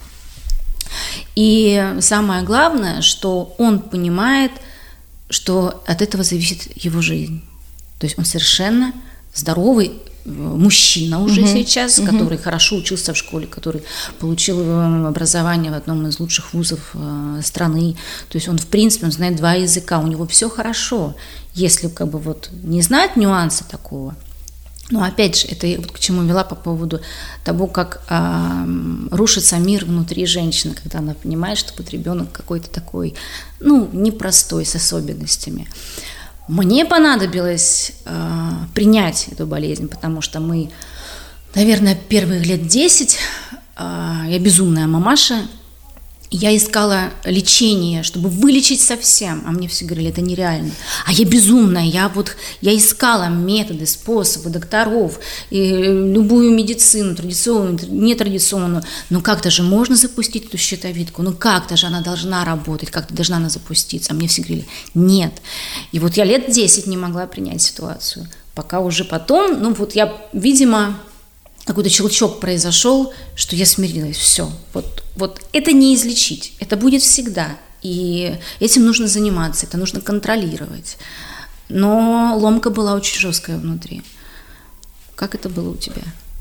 И самое главное, что он понимает, что от этого зависит его жизнь. То есть он совершенно здоровый мужчина уже сейчас, который хорошо учился в школе, который получил образование в одном из лучших вузов страны. То есть он, в принципе, он знает 2 языка, у него все хорошо. Если не знать нюанса такого. Но опять же, это к чему вела по поводу того, как рушится мир внутри женщины, когда она понимает, что ребенок какой-то такой, непростой, с особенностями. Мне понадобилось принять эту болезнь, потому что мы, наверное, первых лет 10, я безумная мамаша, я искала лечение, чтобы вылечить совсем, а мне все говорили: это нереально. А я безумная, я искала методы, способы, докторов, и любую медицину, традиционную, нетрадиционную. Но как-то же можно запустить эту щитовидку, как-то же она должна работать, как-то должна она запуститься. А мне все говорили: нет. И я лет 10 не могла принять ситуацию, пока уже потом, я, видимо, какой-то щелчок произошел, что я смирилась, все. Вот это не излечить, это будет всегда. И этим нужно заниматься, это нужно контролировать. Но ломка была очень жесткая внутри. Как это было у тебя?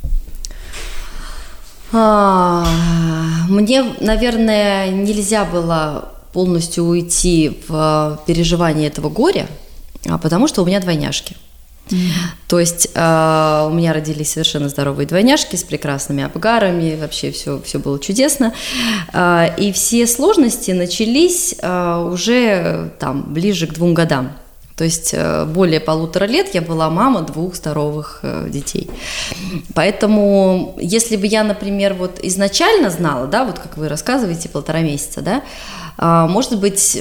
Мне, наверное, нельзя было полностью уйти в переживание этого горя, потому что у меня двойняшки. То есть у меня родились совершенно здоровые двойняшки с прекрасными обгарами, вообще все было чудесно. И все сложности начались уже ближе к 2 годам То есть более 1,5 лет я была мама 2 здоровых детей. Поэтому, если бы я, например, вот изначально знала, да, вот как вы рассказываете, 1,5 месяца, да, может быть,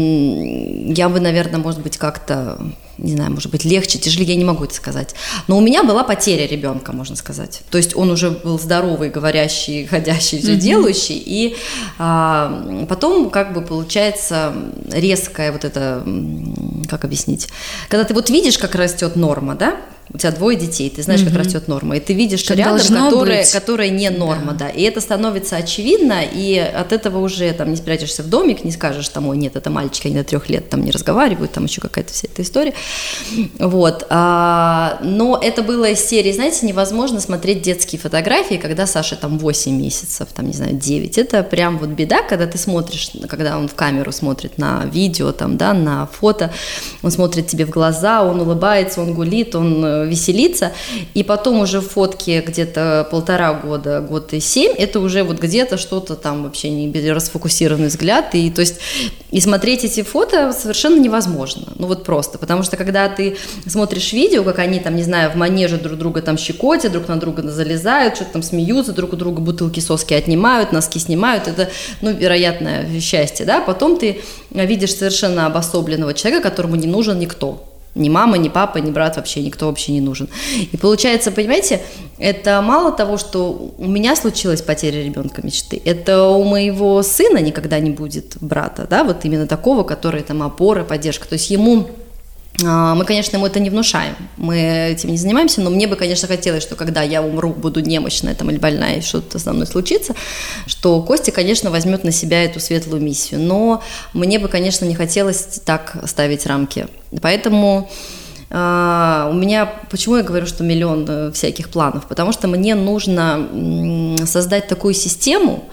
я бы, наверное, может быть, как-то, не знаю, может быть, легче, тяжелее, я не могу это сказать. Но у меня была потеря ребенка, можно сказать. То есть он уже был здоровый, говорящий, ходящий, все делающий, и потом, как бы, получается резкая вот это, как объяснить, когда ты вот видишь, как растет норма, да, у тебя 2 детей, ты знаешь, как растет норма, и ты видишь Как рядом, должно которая не норма, да, и это становится очевидно, и от этого уже там не спрячешься в домик, не скажешь там, ой, нет, это мальчики, они до 3 лет там не разговаривают, там еще какая-то вся эта история, вот, но это было из серии, знаете, невозможно смотреть детские фотографии, когда Саше там 8 месяцев, там, не знаю, 9, это прям вот беда, когда ты смотришь, когда он в камеру смотрит на видео, там, да, на фото, он смотрит тебе в глаза, он улыбается, он гулит, он веселиться, и потом уже фотки где-то 1,5 года, год и 7, это уже вот где-то что-то там вообще не расфокусированный взгляд, и то есть и смотреть эти фото совершенно невозможно, ну вот просто, потому что когда ты смотришь видео, как они там, не знаю, в манеже друг друга там щекотят, друг на друга залезают, что-то там смеются, друг у друга бутылки соски отнимают, носки снимают, это, ну, вероятное счастье, да, потом ты видишь совершенно обособленного человека, которому не нужен никто. Ни мама, ни папа, ни брат, вообще никто вообще не нужен. И получается, понимаете, это мало того, что у меня случилась потеря ребенка мечты, это у моего сына никогда не будет брата, да, вот именно такого, который там опора, поддержка. То есть ему... Мы, конечно, ему это не внушаем, мы этим не занимаемся, но мне бы, конечно, хотелось, что когда я умру, буду немощная там, или больная, и что-то со мной случится, что Костя, конечно, возьмет на себя эту светлую миссию, но мне бы, конечно, не хотелось так ставить рамки, поэтому... У меня, почему я говорю, что миллион всяких планов? Потому что мне нужно создать такую систему,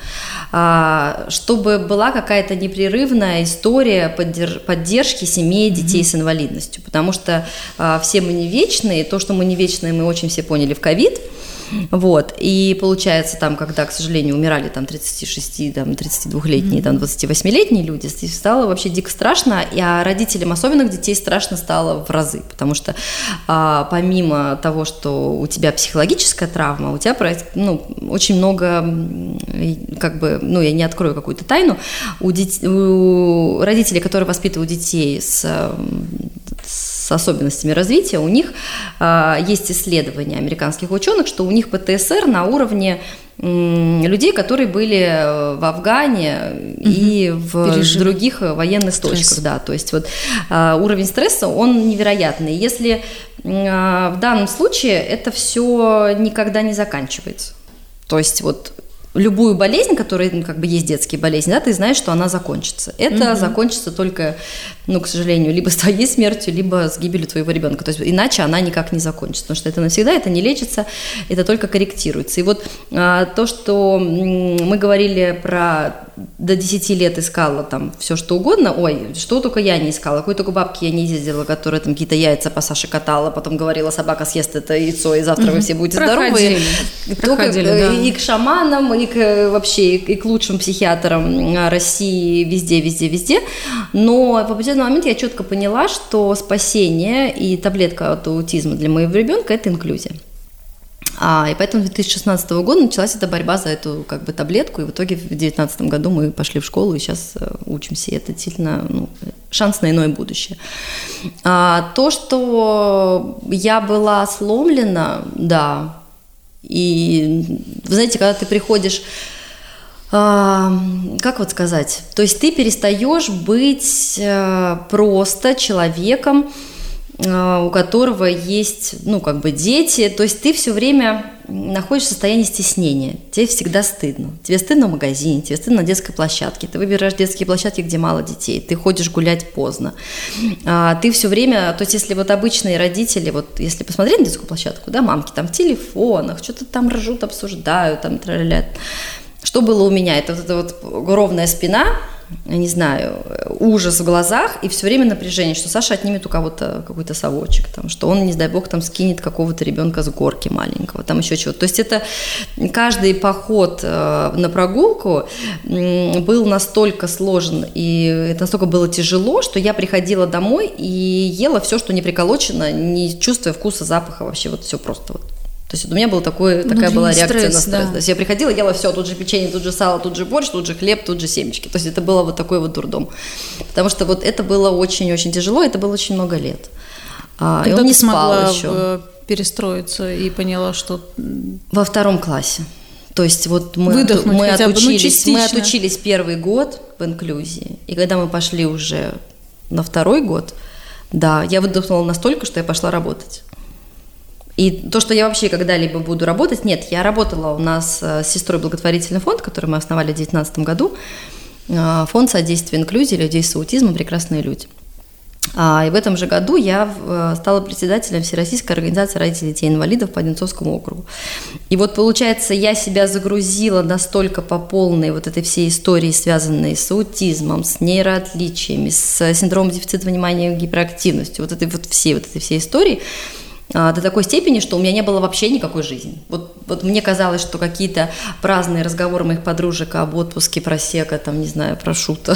чтобы была какая-то непрерывная история поддержки семей детей с инвалидностью. Потому что все мы не вечные, то, что мы не вечные, мы очень все поняли в ковид. Вот, и получается там, когда, к сожалению, умирали там 36, там 32-летние, там 28-летние люди, стало вообще дико страшно, а родителям особенных детей страшно стало в разы, потому что помимо того, что у тебя психологическая травма, у тебя, ну, очень много, как бы, ну, я не открою какую-то тайну, у родителей, которые воспитывают детей с особенностями развития, у них есть исследования американских ученых, что у них ПТСР на уровне людей, которые были в Афгане и в других военных точках. Да, то есть вот уровень стресса, он невероятный. Если в данном случае это все никогда не заканчивается. То есть вот любую болезнь, которая, ну, как бы есть детские болезни, да, ты знаешь, что она закончится. Это закончится только, ну, к сожалению, либо с твоей смертью, либо с гибелью твоего ребенка. То есть иначе она никак не закончится, потому что это навсегда, это не лечится, это только корректируется. И вот то, что мы говорили про до 10 лет искала там все что угодно, ой, что только я не искала, какой только бабки я не ездила, которая там какие-то яйца по Саше катала, потом говорила, собака съест это яйцо, и завтра вы все будете здоровы. И к шаманам, и к, вообще и к лучшим психиатрам России везде. Но в определенный момент я четко поняла, что спасение и таблетка от аутизма для моего ребенка – это инклюзия. И поэтому с 2016 года началась эта борьба за эту, как бы, таблетку, и в итоге в 2019 году мы пошли в школу и сейчас учимся, и это действительно, ну, шанс на иное будущее. То, что я была сломлена, да, и, вы знаете, когда ты приходишь, как вот сказать, то есть ты перестаешь быть просто человеком, у которого есть, ну, как бы дети, то есть ты все время находишься в состоянии стеснения, тебе всегда стыдно, тебе стыдно в магазине, тебе стыдно на детской площадке, ты выбираешь детские площадки, где мало детей, ты ходишь гулять поздно, ты все время, то есть если вот обычные родители, вот если посмотреть на детскую площадку, да, мамки там в телефонах, что-то там ржут, обсуждают, там троллят. Что было у меня? Это вот эта вот ровная спина, я не знаю, ужас в глазах и все время напряжение, что Саша отнимет у кого-то какой-то совочек, там, что он, не дай бог, там скинет какого-то ребенка с горки маленького, там еще чего-то. То есть это каждый поход на прогулку был настолько сложен и это настолько было тяжело, что я приходила домой и ела все, что не приколочено, не чувствуя вкуса, запаха, вообще вот все просто вот. То есть у меня была такая была реакция на стресс. Да. То есть я приходила, ела все, тут же печенье, тут же сало, тут же борщ, тут же хлеб, тут же семечки. То есть это было вот такой вот дурдом. Потому что вот это было очень-очень тяжело, это было очень много лет. И он не спал еще. Перестроиться и поняла, что... Во 2 классе. То есть вот мы отучились 1 год в инклюзии. И когда мы пошли уже на 2 год, да, я выдохнула настолько, что я пошла работать. И то, что я вообще когда-либо буду работать, нет, я работала у нас с сестрой благотворительный фонд, который мы основали в 2019 году, фонд содействия инклюзии людей с аутизмом «Прекрасные люди». И в этом же году я стала председателем Всероссийской организации родителей детей-инвалидов по Одинцовскому округу. И вот, получается, я себя загрузила настолько по полной вот этой всей истории, связанной с аутизмом, с нейроотличиями, с синдромом дефицита внимания и гиперактивностью, вот этой всей истории, до такой степени, что у меня не было вообще никакой жизни. Вот мне казалось, что какие-то праздные разговоры моих подружек об отпуске, просека, там, не знаю, прошута,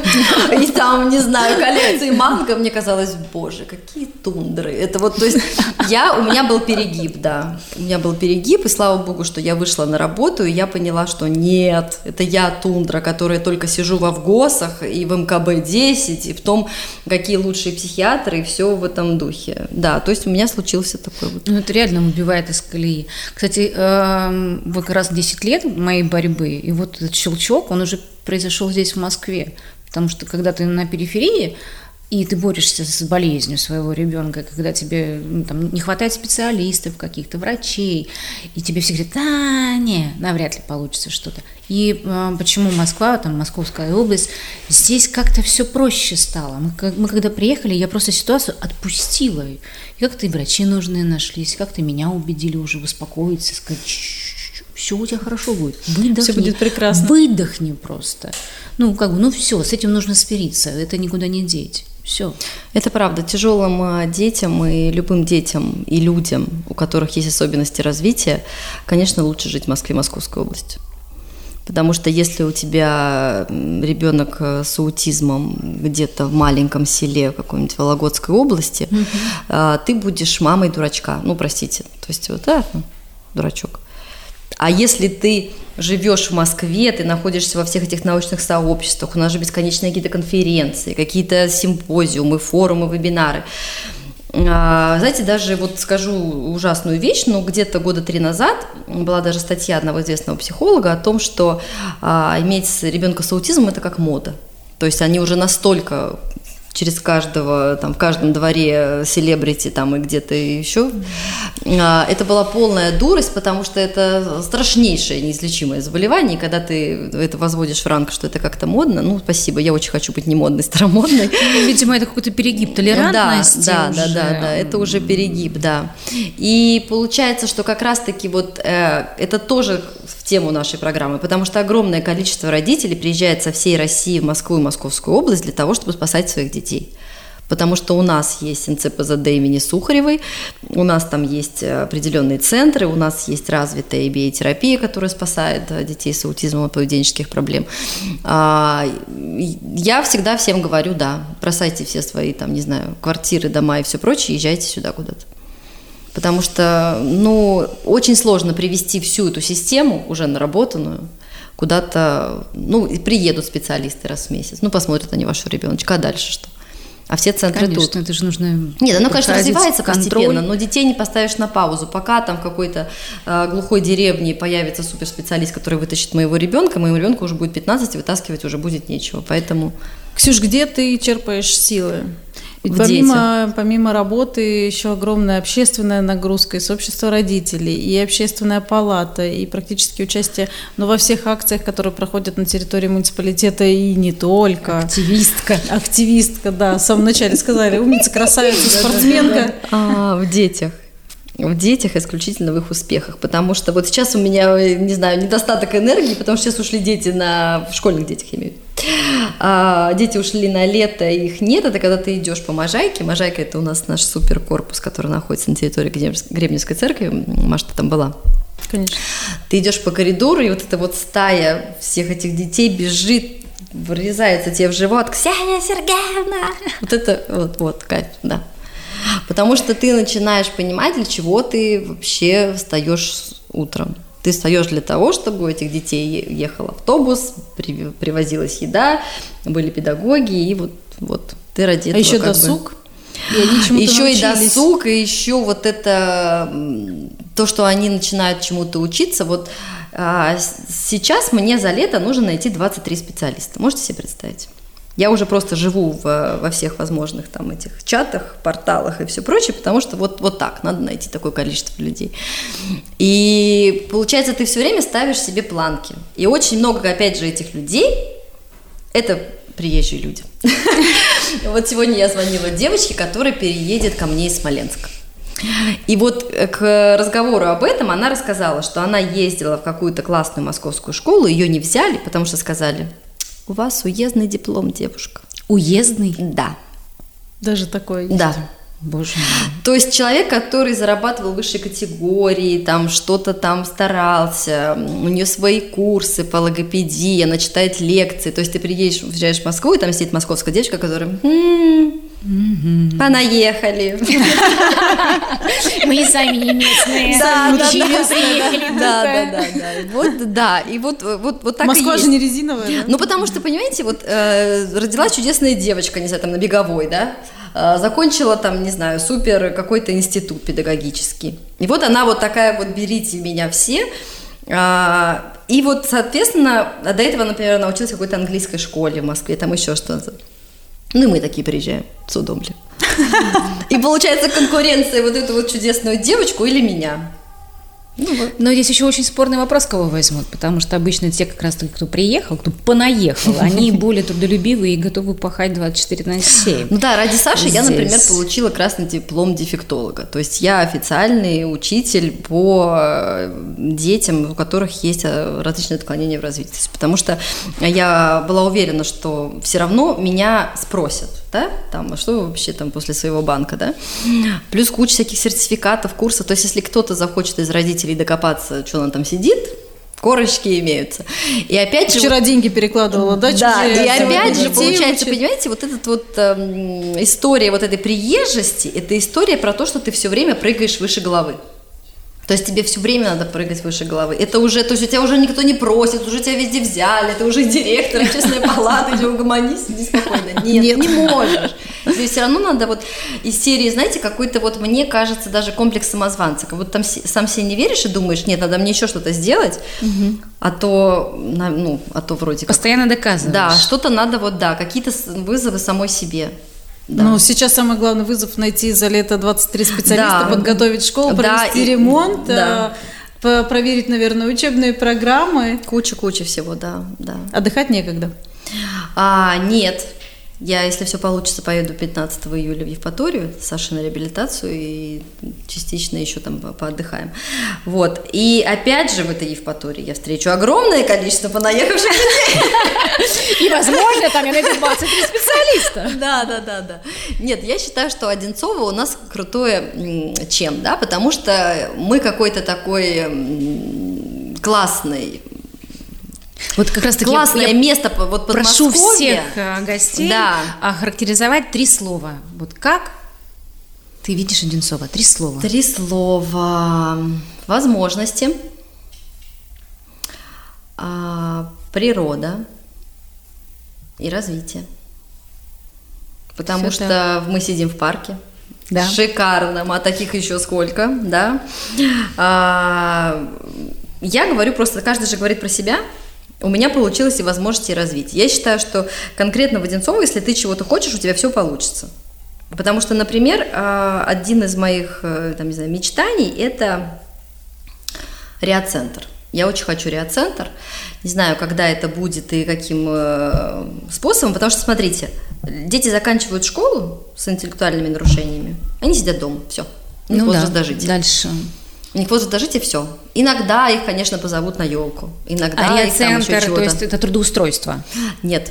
и там, не знаю, коллекции манго, мне казалось, боже, какие тундры. Это вот, то есть у меня был перегиб, да. У меня был перегиб, и слава богу, что я вышла на работу, и я поняла, что нет, это я тундра, которая только сижу во ВГОСах и в МКБ-10, и в том, какие лучшие психиатры, и все в этом духе. Да, то есть у меня случился такой вот. Ну, это реально выбивает из колеи. Кстати, вот как раз 10 лет моей борьбы, и вот этот щелчок, он уже произошел здесь, в Москве. Потому что когда ты на периферии, и ты борешься с болезнью своего ребенка, когда тебе там, не хватает специалистов, каких-то врачей, и тебе все говорят, навряд ли получится что-то. И почему Москва, там Московская область, здесь как-то все проще стало. Мы когда приехали, я просто ситуацию отпустила. И как-то и врачи нужные нашлись, как-то меня убедили уже успокоиться, сказать, все у тебя хорошо будет, выдохни. Все будет прекрасно. Выдохни просто. Все, с этим нужно смириться, это никуда не деть. Все. Это правда. Тяжелым детям и любым детям и людям, у которых есть особенности развития, конечно, лучше жить в Москве, Московской области. Потому что если у тебя ребенок с аутизмом где-то в маленьком селе какой-нибудь Вологодской области, ты будешь мамой дурачка. Простите. То есть дурачок. А если ты живешь в Москве, ты находишься во всех этих научных сообществах, у нас же бесконечные какие-то конференции, какие-то симпозиумы, форумы, вебинары. Знаете, даже вот скажу ужасную вещь, но где-то 3 года назад была даже статья одного известного психолога о том, что иметь ребенка с аутизмом – это как мода. То есть они уже настолько через каждого, там, в каждом дворе селебрити там и где-то еще. Это была полная дурость, потому что это страшнейшее неизлечимое заболевание, и когда ты это возводишь в ранг, что это как-то модно, спасибо, я очень хочу быть не модной, старомодной. Видимо, это какой-то перегиб толерантности. Да, это уже перегиб, да. И получается, что как раз-таки вот это тоже в тему нашей программы, потому что огромное количество родителей приезжает со всей России в Москву и Московскую область для того, чтобы спасать своих детей. Потому что у нас есть НЦПЗД имени Сухаревой, у нас там есть определенные центры, у нас есть развитая биотерапия, которая спасает детей с аутизмом от поведенческих проблем. Я всегда всем говорю, бросайте все свои, там, не знаю, квартиры, дома и все прочее, езжайте сюда куда-то. Потому что, очень сложно привести всю эту систему, уже наработанную, куда-то, приедут специалисты раз в месяц, посмотрят они вашего ребеночка, а дальше что? А все центры конечно, тут. Это же нужно. Нет, оно, конечно, развивается постепенно, но детей не поставишь на паузу. Пока там в какой-то глухой деревне появится суперспециалист, который вытащит моему ребенку уже будет 15, вытаскивать уже будет нечего. Поэтому. Ксюш, где ты черпаешь силы? Ведь помимо работы еще огромная общественная нагрузка, и сообщество родителей, и общественная палата, и практически участие во всех акциях, которые проходят на территории муниципалитета, и не только. Активистка, да, в самом начале сказали, умница, красавица, спортсменка. В детях. в детях, исключительно в их успехах, потому что вот сейчас у меня, не знаю, недостаток энергии, потому что сейчас ушли дети в школьных детях, я имею в виду. Дети ушли на лето, их нет, это когда ты идешь по Можайке. Можайка – это у нас наш суперкорпус, который находится на территории Гребневской церкви. Маша, ты там была? Конечно. Ты идешь по коридору, и вот эта вот стая всех этих детей бежит, врезается тебе в живот. Ксения Сергеевна! Вот это вот кайф, да. Потому что ты начинаешь понимать, для чего ты вообще встаешь утром. Ты встаешь для того, чтобы у этих детей ехал автобус, привозилась еда, были педагоги, и вот ты ради этого. А еще досуг? И они чему-то еще научились. И досуг, и еще вот это, то, что они начинают чему-то учиться. Вот сейчас мне за лето нужно найти 23 специалиста. Можете себе представить? Я уже просто живу во всех возможных там этих чатах, порталах и все прочее, потому что вот так, надо найти такое количество людей. И получается, ты все время ставишь себе планки. И очень много, опять же, этих людей, это приезжие люди. Вот сегодня я звонила девочке, которая переедет ко мне из Смоленска. И вот к разговору об этом она рассказала, что она ездила в какую-то классную московскую школу, ее не взяли, потому что сказали: у вас уездный диплом, девушка. Уездный? Да. Даже такой. Да. Боже мой. То есть человек, который зарабатывал высшей категории, там что-то там старался, у нее свои курсы по логопедии, она читает лекции. То есть ты приезжаешь в Москву, и там сидит московская девочка, которая: понаехали. Мы и сами не местные. Да. Вот, да. И вот так и есть. Москва же не резиновая, да? Ну, потому что, понимаете, вот родилась чудесная девочка, не знаю, там на Беговой, да, закончила там, не знаю, супер какой-то институт педагогический. И вот она вот такая вот: берите меня все. И вот, соответственно, до этого, например, она училась в какой-то английской школе в Москве, там еще что-то. Ну и мы такие приезжаем с удом. И получается конкуренция вот эту вот чудесную девочку или меня. Ну, вот. Но здесь еще очень спорный вопрос, кого возьмут, потому что обычно те, как раз таки, кто приехал, кто понаехал, они более трудолюбивые и готовы пахать 24/7. Ну да, ради Саши я, Здесь. например, получила красный диплом дефектолога. То есть я официальный учитель по детям, у которых есть различные отклонения в развитии. Потому что я была уверена, что все равно меня спросят, да, там, а что вы вообще там после своего банка, да? Плюс куча всяких сертификатов, курсов. То есть если кто-то захочет из родителей докопаться, что он там сидит, корочки имеются. И опять же... Вчера деньги перекладывала, да? Да, и опять же, детей получается, учат. понимаете, вот эта вот история вот этой приезжести, это история про то, что ты все время прыгаешь выше головы. То есть тебе все время надо прыгать выше головы. Это уже, то есть у тебя уже никто не просит, уже тебя везде взяли, ты уже директор, общественной палаты, иди угомонись, иди спокойно. Нет, не можешь. Тебе все равно надо вот из серии, знаете, какой-то вот, мне кажется, даже комплекс самозванца. Как будто там сам себе не веришь и думаешь: нет, надо мне еще что-то сделать, а то вроде как... Постоянно доказываешь. Да, что-то надо вот, да, какие-то вызовы самой себе. Да. Ну, сейчас самый главный вызов — найти за лето 23 специалиста, Да. подготовить школу, Да, провести ремонт, да. проверить, наверное, учебные программы. Куча всего, да. Отдыхать некогда. Нет. Я, если все получится, поеду 15 июля в Евпаторию, Саше на реабилитацию, и частично еще там поотдыхаем. Вот. И опять же в этой Евпатории я встречу огромное количество понаехавших людей. И, возможно, там я найду 23 специалиста. Да. Нет, я считаю, что Одинцово у нас крутое чем, да, потому что мы какой-то такой классный. Вот как раз таки Классное место вот прошу Подмосковье. всех гостей Да. охарактеризовать 3 слова. Вот как ты видишь Одинцово? 3 слова. 3 слова. Возможности, природа и развитие. Потому Всё что мы сидим в парке. Да. Шикарном, а таких еще сколько, да. Я говорю просто, каждый же говорит про себя. У меня получилось и возможности, и развитие. Я считаю, что конкретно в Одинцово, если ты чего-то хочешь, у тебя все получится. Потому что, например, один из моих, там, не знаю, мечтаний – это реацентр. Я очень хочу реацентр. Не знаю, когда это будет и каким способом, потому что, смотрите, дети заканчивают школу с интеллектуальными нарушениями, они сидят дома, все. У них возраст дожития. Дальше. У них возраст дожития, все. Иногда их, конечно, позовут на елку. Иногда их там еще чего-то. То есть это трудоустройство? Нет.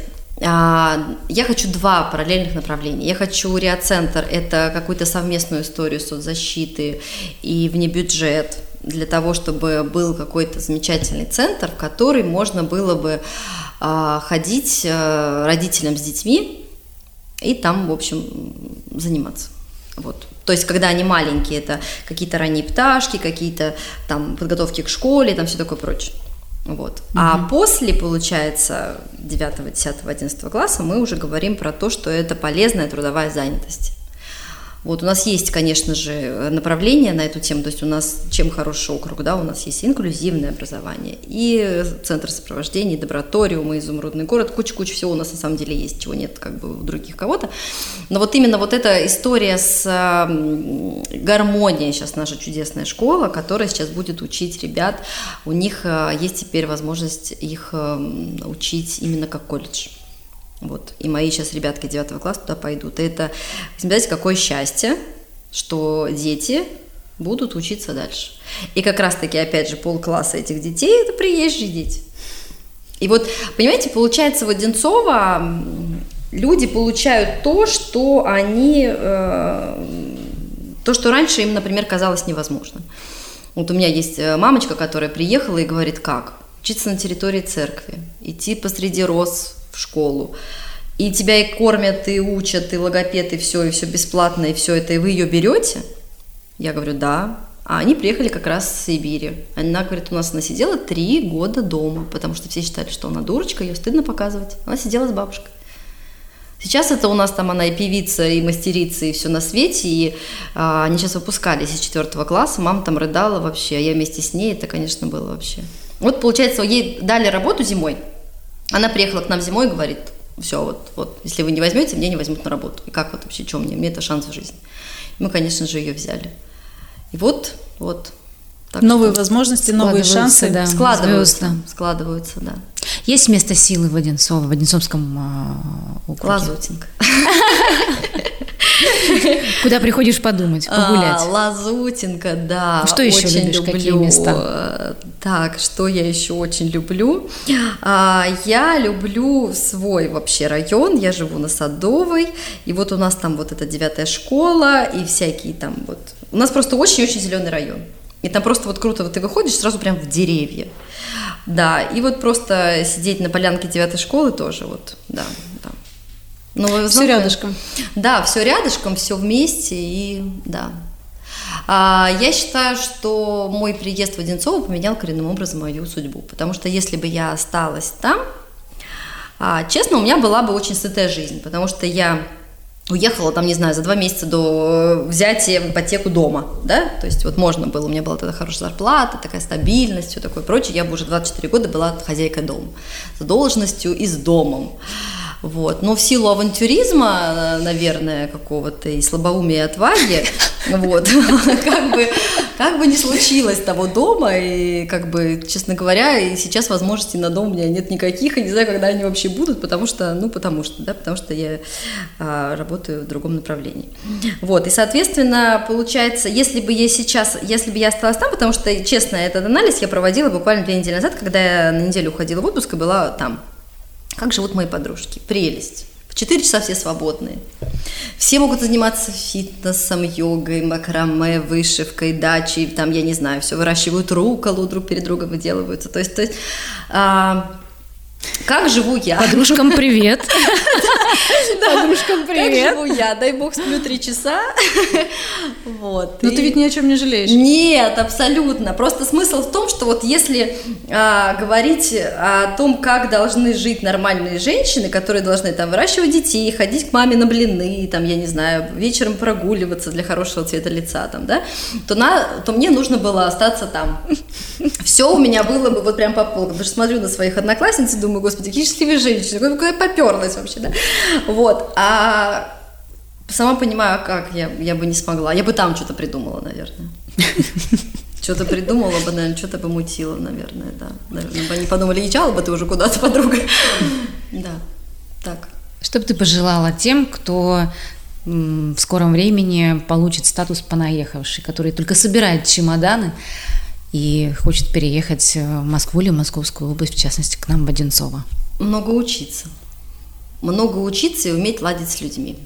Я хочу 2 параллельных направления. Я хочу риа-центр, это какую-то совместную историю соцзащиты и внебюджет, для того, чтобы был какой-то замечательный центр, в который можно было бы ходить родителям с детьми и там, в общем, заниматься. Вот. То есть, когда они маленькие, это какие-то ранние пташки, какие-то там подготовки к школе, там все такое прочее. Вот. А после, получается, 9, 10, 11 класса мы уже говорим про то, что это полезная трудовая занятость. Вот, у нас есть, конечно же, направление на эту тему, то есть у нас, чем хороший округ, да, у нас есть инклюзивное образование, и центр сопровождения, и доброториум, и изумрудный город, куча всего у нас на самом деле есть, чего нет как бы у других кого-то, но вот именно вот эта история с гармонией, сейчас наша чудесная школа, которая сейчас будет учить ребят, у них есть теперь возможность их учить именно как колледж. Вот. И мои сейчас ребятки 9 класса туда пойдут. И это, знаете, какое счастье, что дети будут учиться дальше. И как раз-таки, опять же, полкласса этих детей – это приезжие дети. И вот, понимаете, получается, в Одинцово люди получают то, что они, то, что раньше им, например, казалось невозможным. Вот у меня есть мамочка, которая приехала и говорит, как? Учиться на территории церкви, идти посреди роз в школу, и тебя и кормят, и учат, и логопед, и все бесплатно, и все это, и вы ее берете? Я говорю, да. А они приехали как раз с Сибири. Она говорит, у нас она сидела 3 года дома, потому что все считали, что она дурочка, ее стыдно показывать. Она сидела с бабушкой. Сейчас это у нас там она и певица, и мастерица, и все на свете, и они сейчас выпускались из 4 класса, мама там рыдала вообще, а я вместе с ней, это, конечно, было вообще. Вот, получается, ей дали работу зимой, она приехала к нам зимой и говорит, все, вот, если вы не возьмете, меня не возьмут на работу. И как вот вообще, что мне это шанс в жизни. И мы, конечно же, ее взяли. И вот. Так новые возможности, новые шансы. Да, складываются, да. Есть место силы в Одинцово, в Одинцовском округе? Лазутинка. Куда приходишь подумать, погулять? Лазутинка, да. Что еще любишь, какие места? Так, что я еще очень люблю? Я люблю свой вообще район, я живу на Садовой, и вот у нас там вот эта 9 школа, и всякие там вот... У нас просто очень-очень зеленый район. И там просто вот круто, вот ты выходишь сразу прям в деревья. Да, и вот просто сидеть на полянке 9 школы тоже вот, да. Но, все рядышком. Да, все рядышком, все вместе, и да. Я считаю, что мой приезд в Одинцово поменял коренным образом мою судьбу, потому что если бы я осталась там, честно, у меня была бы очень сытая жизнь, потому что я уехала там, не знаю, за 2 месяца до взятия в ипотеку дома, да, то есть вот можно было, у меня была тогда хорошая зарплата, такая стабильность, все такое прочее, я бы уже 24 года была хозяйкой дома, с должностью и с домом. Вот. Но в силу авантюризма, наверное, какого-то и слабоумия, и отваги, вот, как бы не случилось того дома, и как бы, честно говоря, и сейчас возможностей на дом у меня нет никаких, и не знаю, когда они вообще будут, потому что я работаю в другом направлении. Вот, и, соответственно, получается, если бы я осталась там, потому что, честно, этот анализ я проводила буквально 2 недели назад, когда я на неделю уходила в отпуск и была там. Как живут мои подружки? Прелесть. В 4 часа все свободные. Все могут заниматься фитнесом, йогой, макраме, вышивкой, дачей, там, я не знаю, все выращивают рукколу, друг перед другом выделываются. То есть как живу я? Подружкам привет. Подружкам привет. Как живу я? Дай бог сплю 3 часа. Вот. Но ты ведь ни о чем не жалеешь. Нет, абсолютно. Просто смысл в том, что вот если говорить о том, как должны жить нормальные женщины, которые должны там выращивать детей, ходить к маме на блины, там, я не знаю, вечером прогуливаться для хорошего цвета лица, там, да, то мне нужно было остаться там. Все у меня было бы вот прям по полкам. Даже смотрю на своих одноклассниц и думаю, господи, какие счастливые женщины, куда я поперлась вообще, да. Вот, а сама понимаю, как я бы не смогла. Я бы там что-то придумала, наверное. Что-то придумала бы, наверное, что-то бы мутила, наверное, да. Наверное, бы они подумали, езжала бы ты уже куда-то, подруга. Да, так. Что бы ты пожелала тем, кто в скором времени получит статус понаехавший, который только собирает чемоданы и хочет переехать в Москву или в Московскую область, в частности, к нам в Одинцово. Много учиться и уметь ладить с людьми.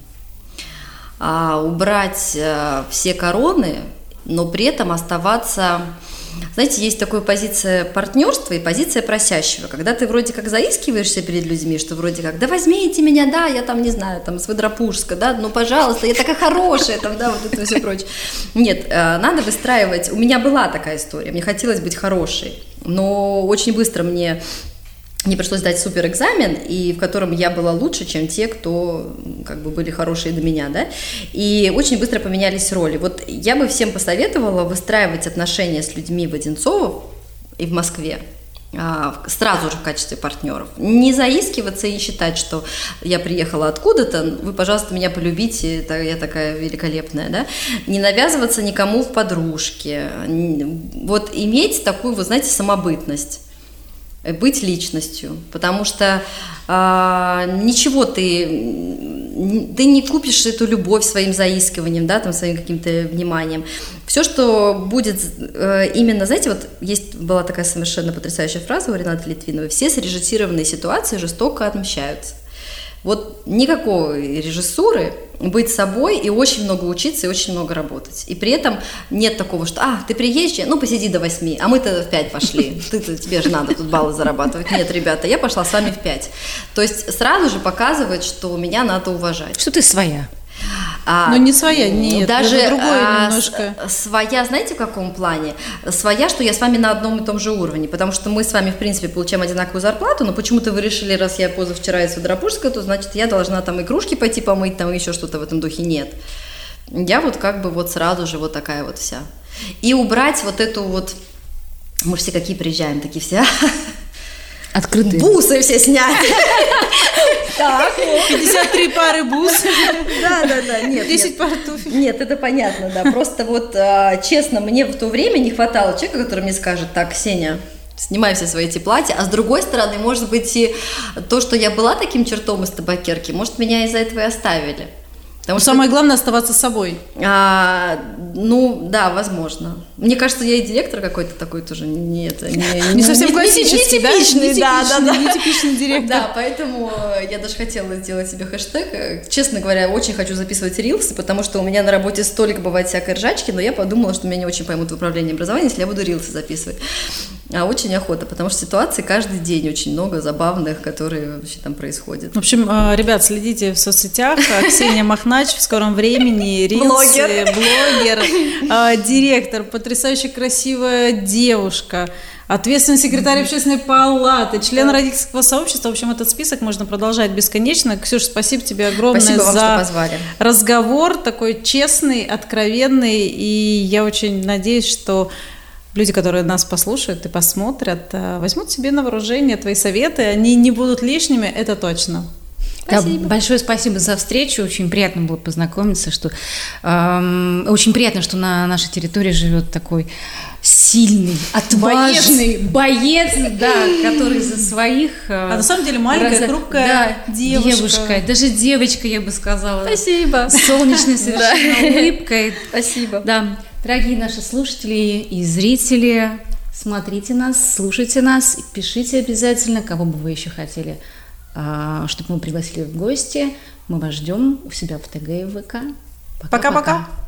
Убрать все короны, но при этом оставаться... Знаете, есть такая позиция партнерства и позиция просящего, когда ты вроде как заискиваешься перед людьми, что вроде как, да возьмите меня, да, я там, не знаю, там, с Выдропужска, да, ну, пожалуйста, я такая хорошая, там, да, вот это все прочее. Нет, надо выстраивать, у меня была такая история, мне хотелось быть хорошей, но очень быстро мне пришлось сдать суперэкзамен, и в котором я была лучше, чем те, кто как бы были хорошие до меня, да, и очень быстро поменялись роли. Вот я бы всем посоветовала выстраивать отношения с людьми в Одинцово и в Москве сразу же в качестве партнеров. Не заискиваться и считать, что я приехала откуда-то, вы, пожалуйста, меня полюбите, я такая великолепная, да, не навязываться никому в подружке, вот иметь такую, вот знаете, самобытность. Быть личностью, потому что ничего ты не купишь эту любовь своим заискиванием, да, там, своим каким-то вниманием. Все, что будет именно, знаете, вот была такая совершенно потрясающая фраза у Ренаты Литвиновой: все срежиссированные ситуации жестоко отмщаются. Вот никакой режиссуры, быть собой и очень много учиться, и очень много работать. И при этом нет такого, что ты приезжий, ну посиди до 8, а мы-то в 5 пошли, тебе же надо тут баллы зарабатывать. Нет, ребята, я пошла с вами в 5. То есть сразу же показывать, что меня надо уважать. Что ты своя. Но не своя, нет, даже другое немножко. Своя, знаете, в каком плане? Своя, что я с вами на одном и том же уровне, потому что мы с вами, в принципе, получаем одинаковую зарплату, но почему-то вы решили, раз я позавчера из Выдропужска, то значит я должна там и кружки пойти помыть, там еще что-то в этом духе. Нет. Я вот как бы вот сразу же вот такая вот вся. И убрать вот эту вот... Мы все какие приезжаем, такие все... Открытые. Бусы все сняты. Так, 53 пары бус. Да, нет. 10 пар туфель. Нет, это понятно, да. Просто вот, честно, мне в то время не хватало человека, который мне скажет: так, Ксения, снимай все свои эти платья. А с другой стороны, может быть, и то, что я была таким чертом из табакерки, может, меня из-за этого и оставили. Потому что самое главное — оставаться собой. Ну, да, возможно. Мне кажется, я и директор какой-то такой тоже не совсем классический, да? Нетипичный директор. Да, поэтому я даже хотела сделать себе хэштег. Честно говоря, очень хочу записывать рилсы, потому что у меня на работе столько бывает всякой ржачки, но я подумала, что меня не очень поймут в управлении образования, если я буду рилсы записывать. Очень охота, потому что ситуаций каждый день очень много забавных, которые вообще там происходят. В общем, ребят, следите в соцсетях. Ксения Махнач в скором времени, рилсы, блогер, директор, потрясающе красивая девушка, ответственный секретарь общественной палаты, член родительского сообщества. В общем, этот список можно продолжать бесконечно. Ксюша, спасибо тебе огромное за разговор, такой честный, откровенный, и я очень надеюсь, что люди, которые нас послушают и посмотрят, возьмут себе на вооружение твои советы, они не будут лишними, это точно. Да, большое спасибо за встречу, очень приятно было познакомиться, что очень приятно, что на нашей территории живет такой сильный, отважный боец, да, который за своих... А на самом деле маленькая, хрупкая девушка. Даже девочка, я бы сказала. Спасибо. С солнечной совершенно улыбкой. Спасибо. Да. Дорогие наши слушатели и зрители, смотрите нас, слушайте нас, пишите обязательно, кого бы вы еще хотели, чтобы мы пригласили в гости. Мы вас ждем у себя в ТГ и ВК. Пока-пока.